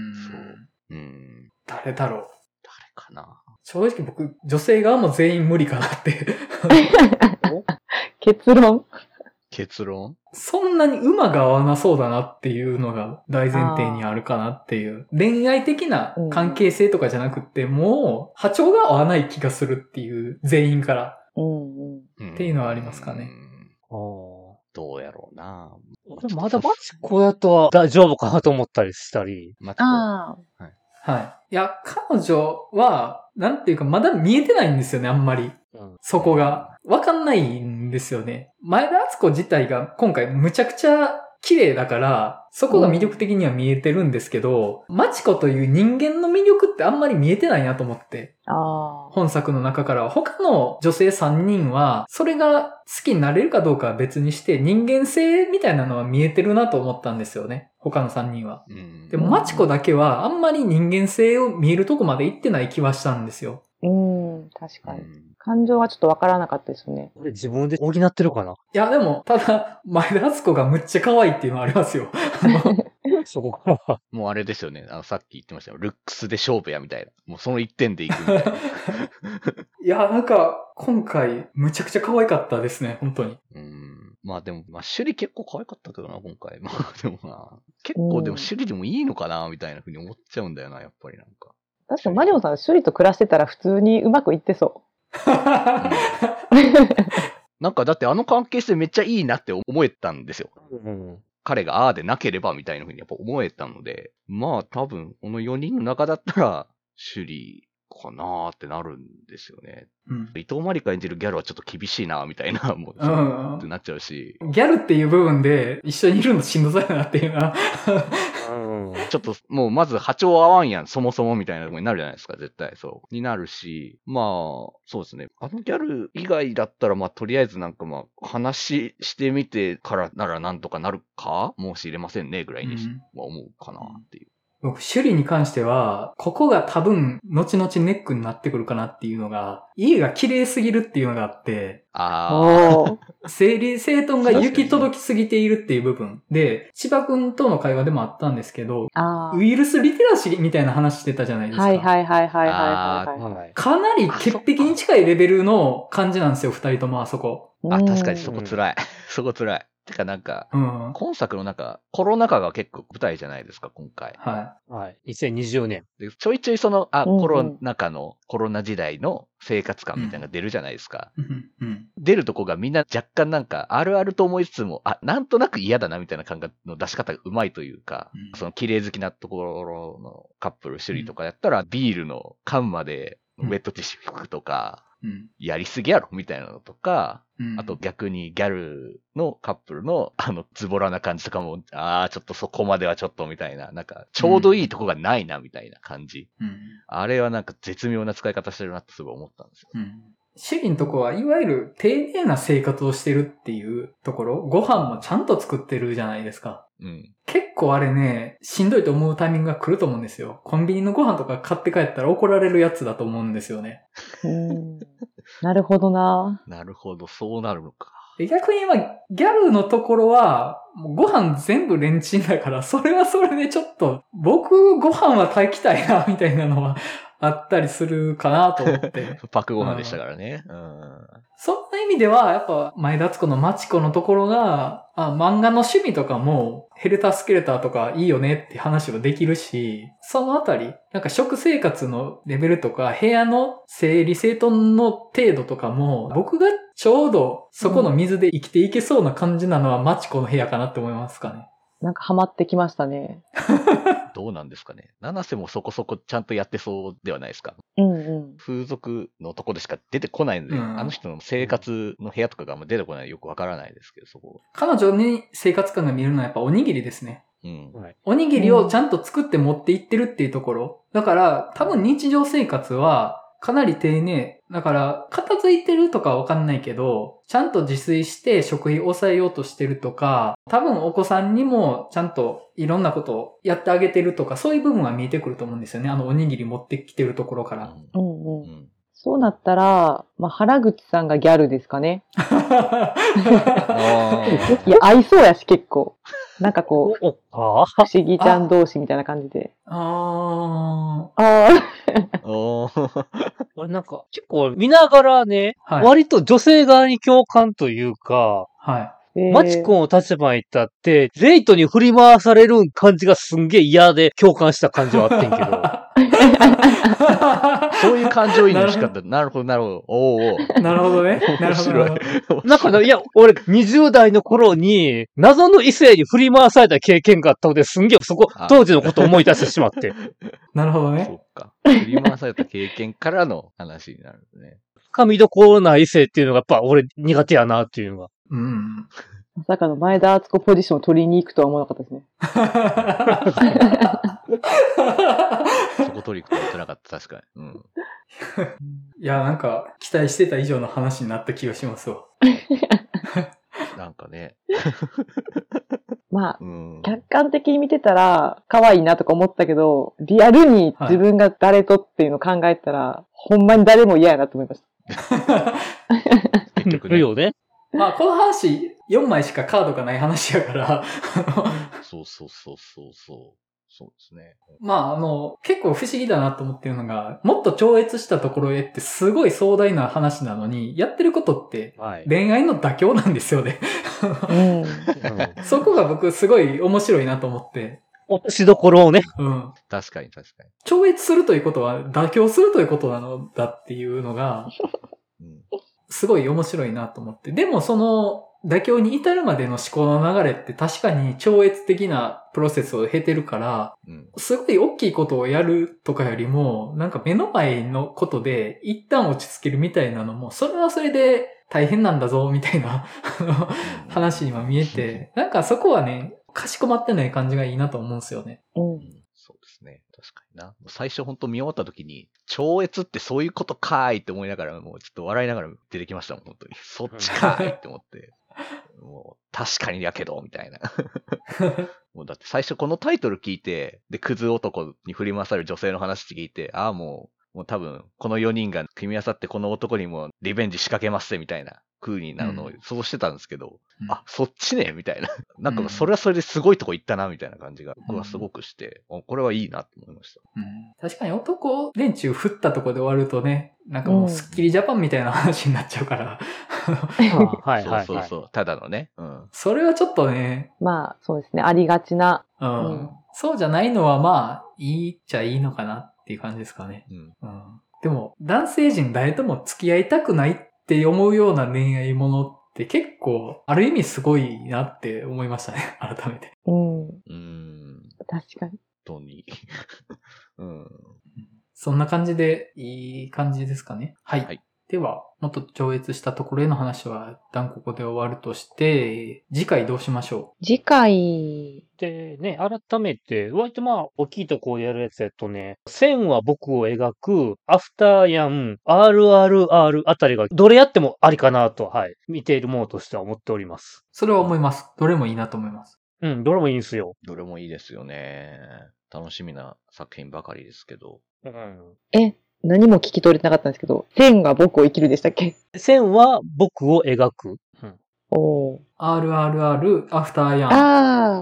誰だろう。 誰かな。 正直僕、女性側も全員無理かなって。 結論結論そんなに馬が合わなそうだなっていうのが大前提にあるかなっていう。恋愛的な関係性とかじゃなくって、もう波長が合わない気がするっていう、全員から。っていうのはありますかね。 どうやろうな。 まだマチコやと大丈夫かなと思ったりしたり。 マチコ。はい 。いや、彼女は、なんていうか、まだ見えてないんですよね、あんまり。そこが。わかんないんですよね。前田敦子自体が今回むちゃくちゃ綺麗だから、そこが魅力的には見えてるんですけど、マチコという人間の魅力ってあんまり見えてないなと思って。本作の中からは。他の女性3人は、それが好きになれるかどうかは別にして、人間性みたいなのは見えてるなと思ったんですよね。他の3人は。でもマチコだけは、あんまり人間性を見えるとこまで行ってない気はしたんですよ。 確かに。感情はちょっとわからなかったですね。 自分で補ってるかな？ いや、でも、ただ、前田敦子がむっちゃ可愛いっていうのはありますよ。 そこから。 もうあれですよね。さっき言ってましたよ。ルックスで勝負やみたいな。もうその一点でいくみたいな。 いや、なんか、今回、むちゃくちゃ可愛かったですね、本当に。 まあでも、まあ、趣里結構可愛かったけどな、今回。まあでもな、結構でも趣里でもいいのかな、みたいな風に思っちゃうんだよな、やっぱりなんか。 確かにマリオンさん、趣里と暮らしてたら普通にうまくいってそう。 なんかだってあの関係性めっちゃいいなって思えたんですよ。彼がああでなければみたいな風にやっぱ思えたので、まあ多分この4人の中だったら趣里かなーってなるんですよね。伊藤まりか演じるギャルはちょっと厳しいなみたいなもうってなっちゃうし、 ギャルっていう部分で一緒にいるのしんどそうやなっていうのはちょっともうまず波長合わんやんそもそもみたいなとこになるじゃないですか、絶対そうになるし、まあそうですね、あのギャル以外だったらまあとりあえずなんかまあ話してみてからならなんとかなるかもしれませんねぐらいには思うかなっていう。 僕、趣里に関しては、ここが多分、後々ネックになってくるかなっていうのが、家が綺麗すぎるっていうのがあって、整理整頓が行き届きすぎているっていう部分で、千葉くんとの会話でもあったんですけど、ウイルスリテラシーみたいな話してたじゃないですか。かなり潔癖に近いレベルの感じなんですよ、二人ともあそこ。 確かにそこ辛い。そこ辛い。てかなんか、今作のなんか、コロナ禍が結構舞台じゃないですか、今回。 はい。2020年。 でちょいちょいその、コロナ禍のコロナ時代の生活感みたいなのが出るじゃないですか。出るとこがみんな若干なんか、あるあると思いつつも、なんとなく嫌だなみたいな感覚の出し方がうまいというか、その綺麗好きなところのカップル、趣里とかやったら、ビールの缶までウェットティッシュ拭くとか、やりすぎやろみたいなのとか、あと逆にギャルのカップルのズボラな感じとかも、ちょっとそこまではちょっとみたいな、なんかちょうどいいとこがないなみたいな感じ。あれはなんか絶妙な使い方してるなってすごい思ったんですよ。 主人のとこはいわゆる丁寧な生活をしてるっていうところ、ご飯もちゃんと作ってるじゃないですか。結構あれね、しんどいと思うタイミングが来ると思うんですよ。コンビニのご飯とか買って帰ったら怒られるやつだと思うんですよね。 なるほどな。 なるほど、そうなるのか。 逆にギャルのところは、ご飯全部レンチンだから、それはそれでちょっと、僕ご飯は炊きたいな、みたいなのはあったりするかなと思って。 パクご飯でしたからね。 そんな意味では、やっぱ、前田敦子のマチコのところが、漫画の趣味とかも、ヘルタースケルターとかいいよねって話はできるし、そのあたり、なんか食生活のレベルとか、部屋の整理整頓の程度とかも、僕がちょうどそこの水で生きていけそうな感じなのはマチコの部屋かなって思いますかね。 なんかハマってきましたね。 どうなんですかね。七瀬もそこそこちゃんとやってそうではないですか。風俗のとこでしか出てこないので、あの人の生活の部屋とかが出てこないよくわからないですけど、そこ。 彼女に生活感が見えるのはやっぱおにぎりですね。おにぎりをちゃんと作って持っていってるっていうところ。だから多分日常生活はかなり丁寧。だから片付いてるとかわかんないけど、ちゃんと自炊して食費を抑えようとしてるとか、多分お子さんにもちゃんといろんなことをやってあげてるとか、そういう部分は見えてくると思うんですよね。おにぎり持ってきてるところから。 そうなったら、原口さんがギャルですかね。いや、合いそうやし、結構。なんかこう、不思議ちゃん同士みたいな感じで。 俺なんか、結構見ながらね、割と女性側に共感というか、 マチコンを立場に立って、レイトに振り回される感じがすんげえ嫌で共感した感じはあってんけど。 そういう感情移入の仕方。なるほど、なるほど。おうおう。 なるほどね。なるほど。 なんか、いや、俺、20代の頃に、謎の異性に振り回された経験があったので、すんげえそこ、当時のことを思い出してしまって。 なるほどね。 そっか。振り回された経験からの話になるんですね。 深みどころない異性っていうのがやっぱ俺苦手やなっていうのが。 うん。 まさかの前田敦子ポジションを取りに行くとは思わなかったですね。 そこ取りに行くとは思ってなかった、確かに。うん。 いや、なんか、期待してた以上の話になった気がしますわ。 なんかね。 まあ、客観的に見てたら、可愛いなとか思ったけど、リアルに自分が誰とっていうのを考えたら、ほんまに誰も嫌やなと思いました。 結局ね。よね。 まあ、この話、4枚しかカードがない話やから、 そう。そうですね。 まあ、結構不思議だなと思ってるのが、もっと超越したところへってすごい壮大な話なのに、やってることって恋愛の妥協なんですよね。そこが僕すごい面白いなと思って。 落としどころをね。 うん。 確かに。 超越するということは妥協するということなのだっていうのが、すごい面白いなと思って。でもその妥協に至るまでの思考の流れって確かに超越的なプロセスを経てるから、すごい大きいことをやるとかよりも、なんか目の前のことで一旦落ち着けるみたいなのも、それはそれで大変なんだぞ、みたいな話には見えて、なんかそこはね、かしこまってない感じがいいなと思うんですよね。 そうですね。確かにな。最初本当見終わった時に、超越ってそういうことかーいって思いながら、もうちょっと笑いながら出てきましたもん、本当に。そっちかーいって思って。もう、確かにやけど、みたいな。もうだって最初このタイトル聞いて、で、クズ男に振り回される女性の話聞いて、ああ、もう多分、この4人が組み合わさってこの男にもリベンジ仕掛けますみたいな風になるのを想像してたんですけど、あ、そっちねみたいな。なんかそれはそれですごいとこ行ったな、みたいな感じが、僕はすごくして、これはいいなと思いました。 確かに男連中振ったとこで終わるとね、なんかもうスッキリジャパンみたいな話になっちゃうから。 そう。ただのね。 それはちょっとね。 まあ、そうですね。ありがちな。 そうじゃないのはまあ、いいっちゃいいのかなっていう感じですかね。でも、男性陣誰とも付き合いたくないって思うような恋愛ものって結構、ある意味すごいなって思いましたね。改めて。 確かに。 本当に。 そんな感じで、いい感じですかね。はい。では、もっと超越したところへの話は、一旦ここで終わるとして、次回どうしましょう？次回でね、改めて、割とまあ、大きいところでやるやつ線は僕を描く、アフターヤン、RRR あたりが、どれやってもありかなと、見ているものとしては思っております。 それは思います。どれもいいなと思います。 どれもいいんですよ。 どれもいいですよね。楽しみな作品ばかりですけど。 何も聞き取れてなかったんですけど、線が僕を生きるでしたっけ？ 線は僕を描く。 RRR、アフターヤン。 はい。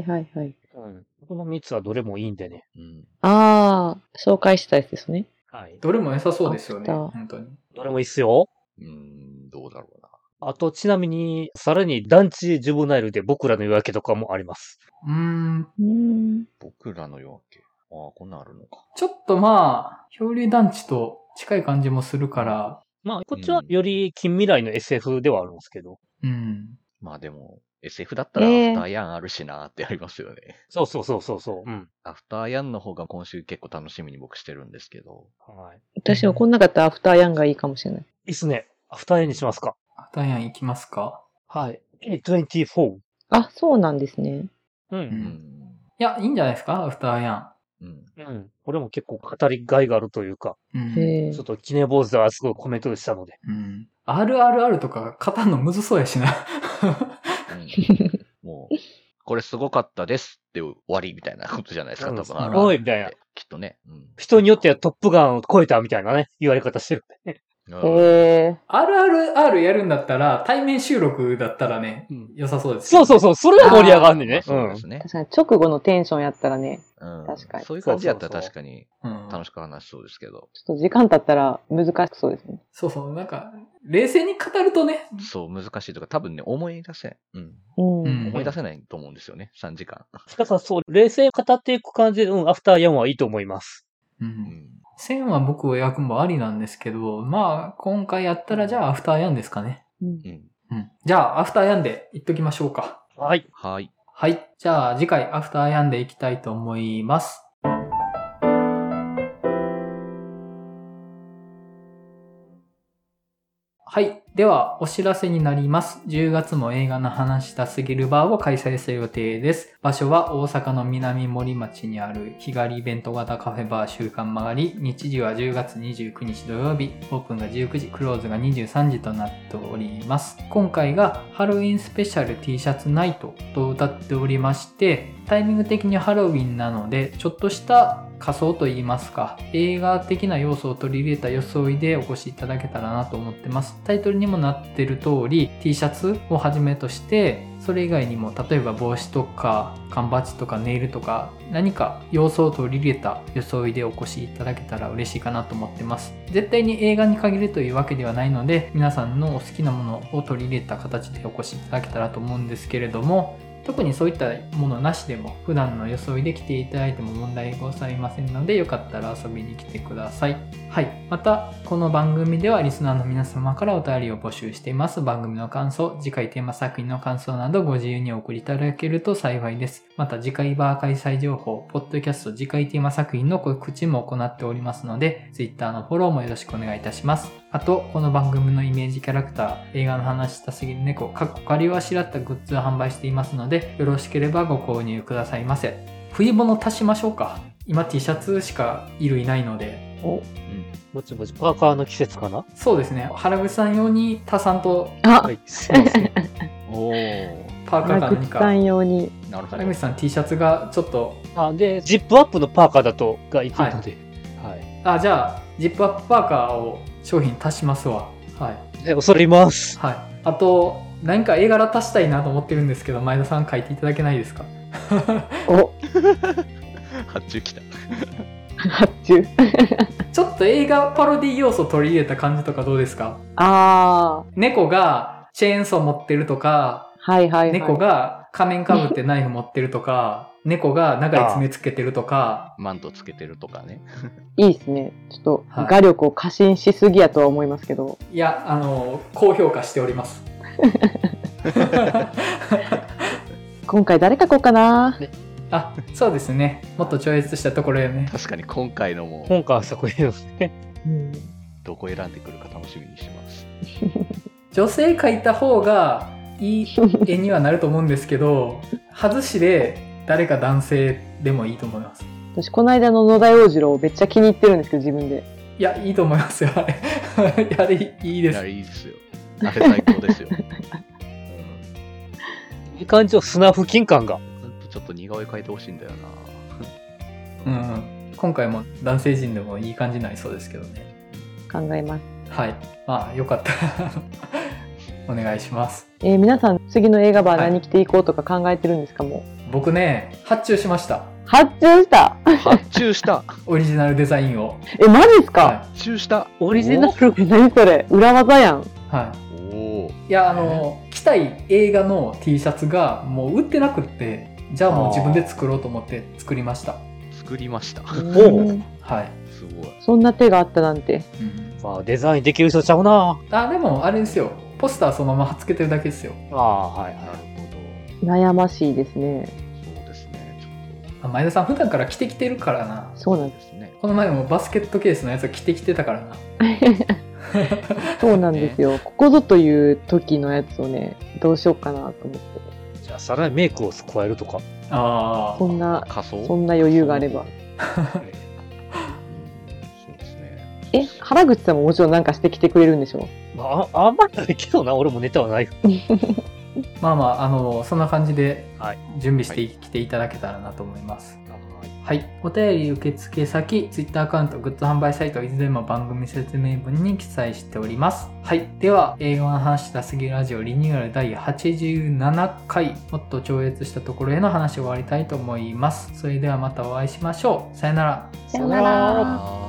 この3つはどれもいいんでね。 紹介したやつですね。 どれも良さそうですよね。本当に。 どれもいいっすよ。 どうだろうな。 あと、ちなみに、さらに団地ジュブナイルで僕らの夜明けとかもあります。 僕らの夜明け。こんなんあるのか。 ちょっとまあ、漂流団地と近い感じもするから。 まあ、こっちはより近未来の SF ではあるんですけど。 まあでも、SF だったらアフターヤンあるしなってありますよね。 そう。 アフターヤンの方が今週結構楽しみに僕してるんですけど。 私はこんなかったらアフターヤンがいいかもしれない。 いいっすね。アフターヤンにしますか。 アフターヤン行きますか。 A24。 そうなんですね。 いや、いいんじゃないですか、アフターヤン。 これも結構語りがいがあるというか、ちょっとキネ坊主ではすごいコメントしたので。 RRR とか語るのむずそうやしな。 もう、これすごかったですって終わりみたいなことじゃないですか、多分。 すごいみたいな。 きっとね。 人によってはトップガンを超えたみたいなね、言われ方してるんでね。 RRR やるんだったら、対面収録だったらね、良さそうですね。そう。それは盛り上がるんでね。 そうですね。 確かに直後のテンションやったらね。確かに。 そういう感じやったら確かに楽しく話しそうですけど。 ちょっと時間経ったら難しそうですね。 なんか、 冷静に語るとね。 そう、難しいとか、多分ね、思い出せん。思い出せないと思うんですよね、3時間。 だからそう、冷静に語っていく感じで、アフターヤンはいいと思います。 1000は僕は役もありなんですけど、まあ、今回やったらじゃあアフターヤンですかね。じゃあ、アフターヤンで言っときましょうか。 はい。 はい。じゃあ、次回アフターヤンでいきたいと思います。はい。では、お知らせになります。10月も映画の話したすぎるバーを開催する予定です。場所は大阪の南森町にある日帰りイベント型カフェバー週刊曲がり。日時は10月29日土曜日。オープンが19時、クローズが23時となっております。今回がハロウィンスペシャル T シャツナイトと歌っておりまして、タイミング的にハロウィンなので、ちょっとした仮装といいますか、映画的な要素を取り入れた装いでお越しいただけたらなと思ってます。タイトルにもなっている通り、T シャツをはじめとして、それ以外にも例えば帽子とか缶バッジとかネイルとか何か要素を取り入れた装いでお越しいただけたら嬉しいかなと思ってます。絶対に映画に限るというわけではないので、皆さんのお好きなものを取り入れた形でお越しいただけたらと思うんですけれども、特にそういったものなしでも普段の装いで来ていただいても問題ございませんので、よかったら遊びに来てください。はい。また、この番組ではリスナーの皆様からお便りを募集しています。番組の感想、次回テーマ作品の感想などご自由にお送りいただけると幸いです。また、次回バー開催情報、ポッドキャスト次回テーマ作品の告知も行っておりますので、Twitter のフォローもよろしくお願いいたします。あと、この番組のイメージキャラクター、映画の話したすぎる猫、仮をあしらったグッズを販売していますので、よろしければご購入くださいませ。冬物足しましょうか。今 T シャツしか衣類ないので。 ぼちぼちパーカーの季節かな。 そうですね。原口さん用に足さんと。 はい、そうですね。 パーカーか何か。 原口さん用に。 なるほど。 原口さん T シャツがちょっと。 で、ジップアップのパーカーだとがいいので。 はい。じゃあ、ジップアップパーカーを商品足しますわ。はい。 恐れます。 はい。あと、何か絵柄足したいなと思ってるんですけど、前田さん書いていただけないですか？ お発注きた。 発注ちょっと映画パロディ要素取り入れた感じとかどうですか？猫がチェーンソー持ってるとか、猫が仮面かぶってナイフ持ってるとか、猫が長い爪つけてるとか、 マントつけてるとかね。 いいですね。ちょっと画力を過信しすぎやとは思いますけど。 いや、高評価しております。 今回誰書こうかな。 そうですね。もっと超越したところよね。 確かに今回のも。 今回は作品ですね。 どこ選んでくるか楽しみにしてます。 女性描いた方がいい絵にはなると思うんですけど、外しで誰か男性でもいいと思います。 私この間の野田洋次郎めっちゃ気に入ってるんですけど、自分で。 いや、いいと思いますよ、あれ。あれいいです。 いや、いいですよ。あれ最高ですよ。 いい感じの砂付近感が。 ちょっと似顔絵描いてほしいんだよな。今回も男性陣でもいい感じになりそうですけどね。 考えます。 はい。まあ、よかったらお願いします。 皆さん、次の映画バー何着ていこうとか考えてるんですか、もう。 僕ね、発注しました。 発注したオリジナルデザインを。 マジですか？ 発注した。 オリジナル。 何それ？裏技やん。 はい。いや、着たい映画の T シャツがもう売ってなくって、じゃあもう自分で作ろうと思って作りました。はい。すごい。 そんな手があったなんて。 デザインできる人ちゃうな。 でもあれですよ。ポスターそのまま貼っつけてるだけですよ。 はい。 なるほど。 悩ましいですね。 そうですね。 ちょっと前田さん普段から着てきてるからな。 そうなんですね。 この前もバスケットケースのやつを着てきてたからな。 そうなんですよ。ここぞという時のやつをね、どうしようかなと思って。 じゃあさらにメイクを加えるとか。 そんな余裕があれば。原口さんももちろんなんかしてきてくれるんでしょ？ あんまりないけどな、俺もネタはない。 まあそんな感じで準備してきていただけたらなと思います。はい。お便り受付先、Twitter アカウント、グッズ販売サイト、いずれも番組説明文に記載しております。はい。では、映画の話したすぎラジオリニューアル第87回、もっと超越したところへの話を終わりたいと思います。それではまたお会いしましょう。さよなら。 さよなら。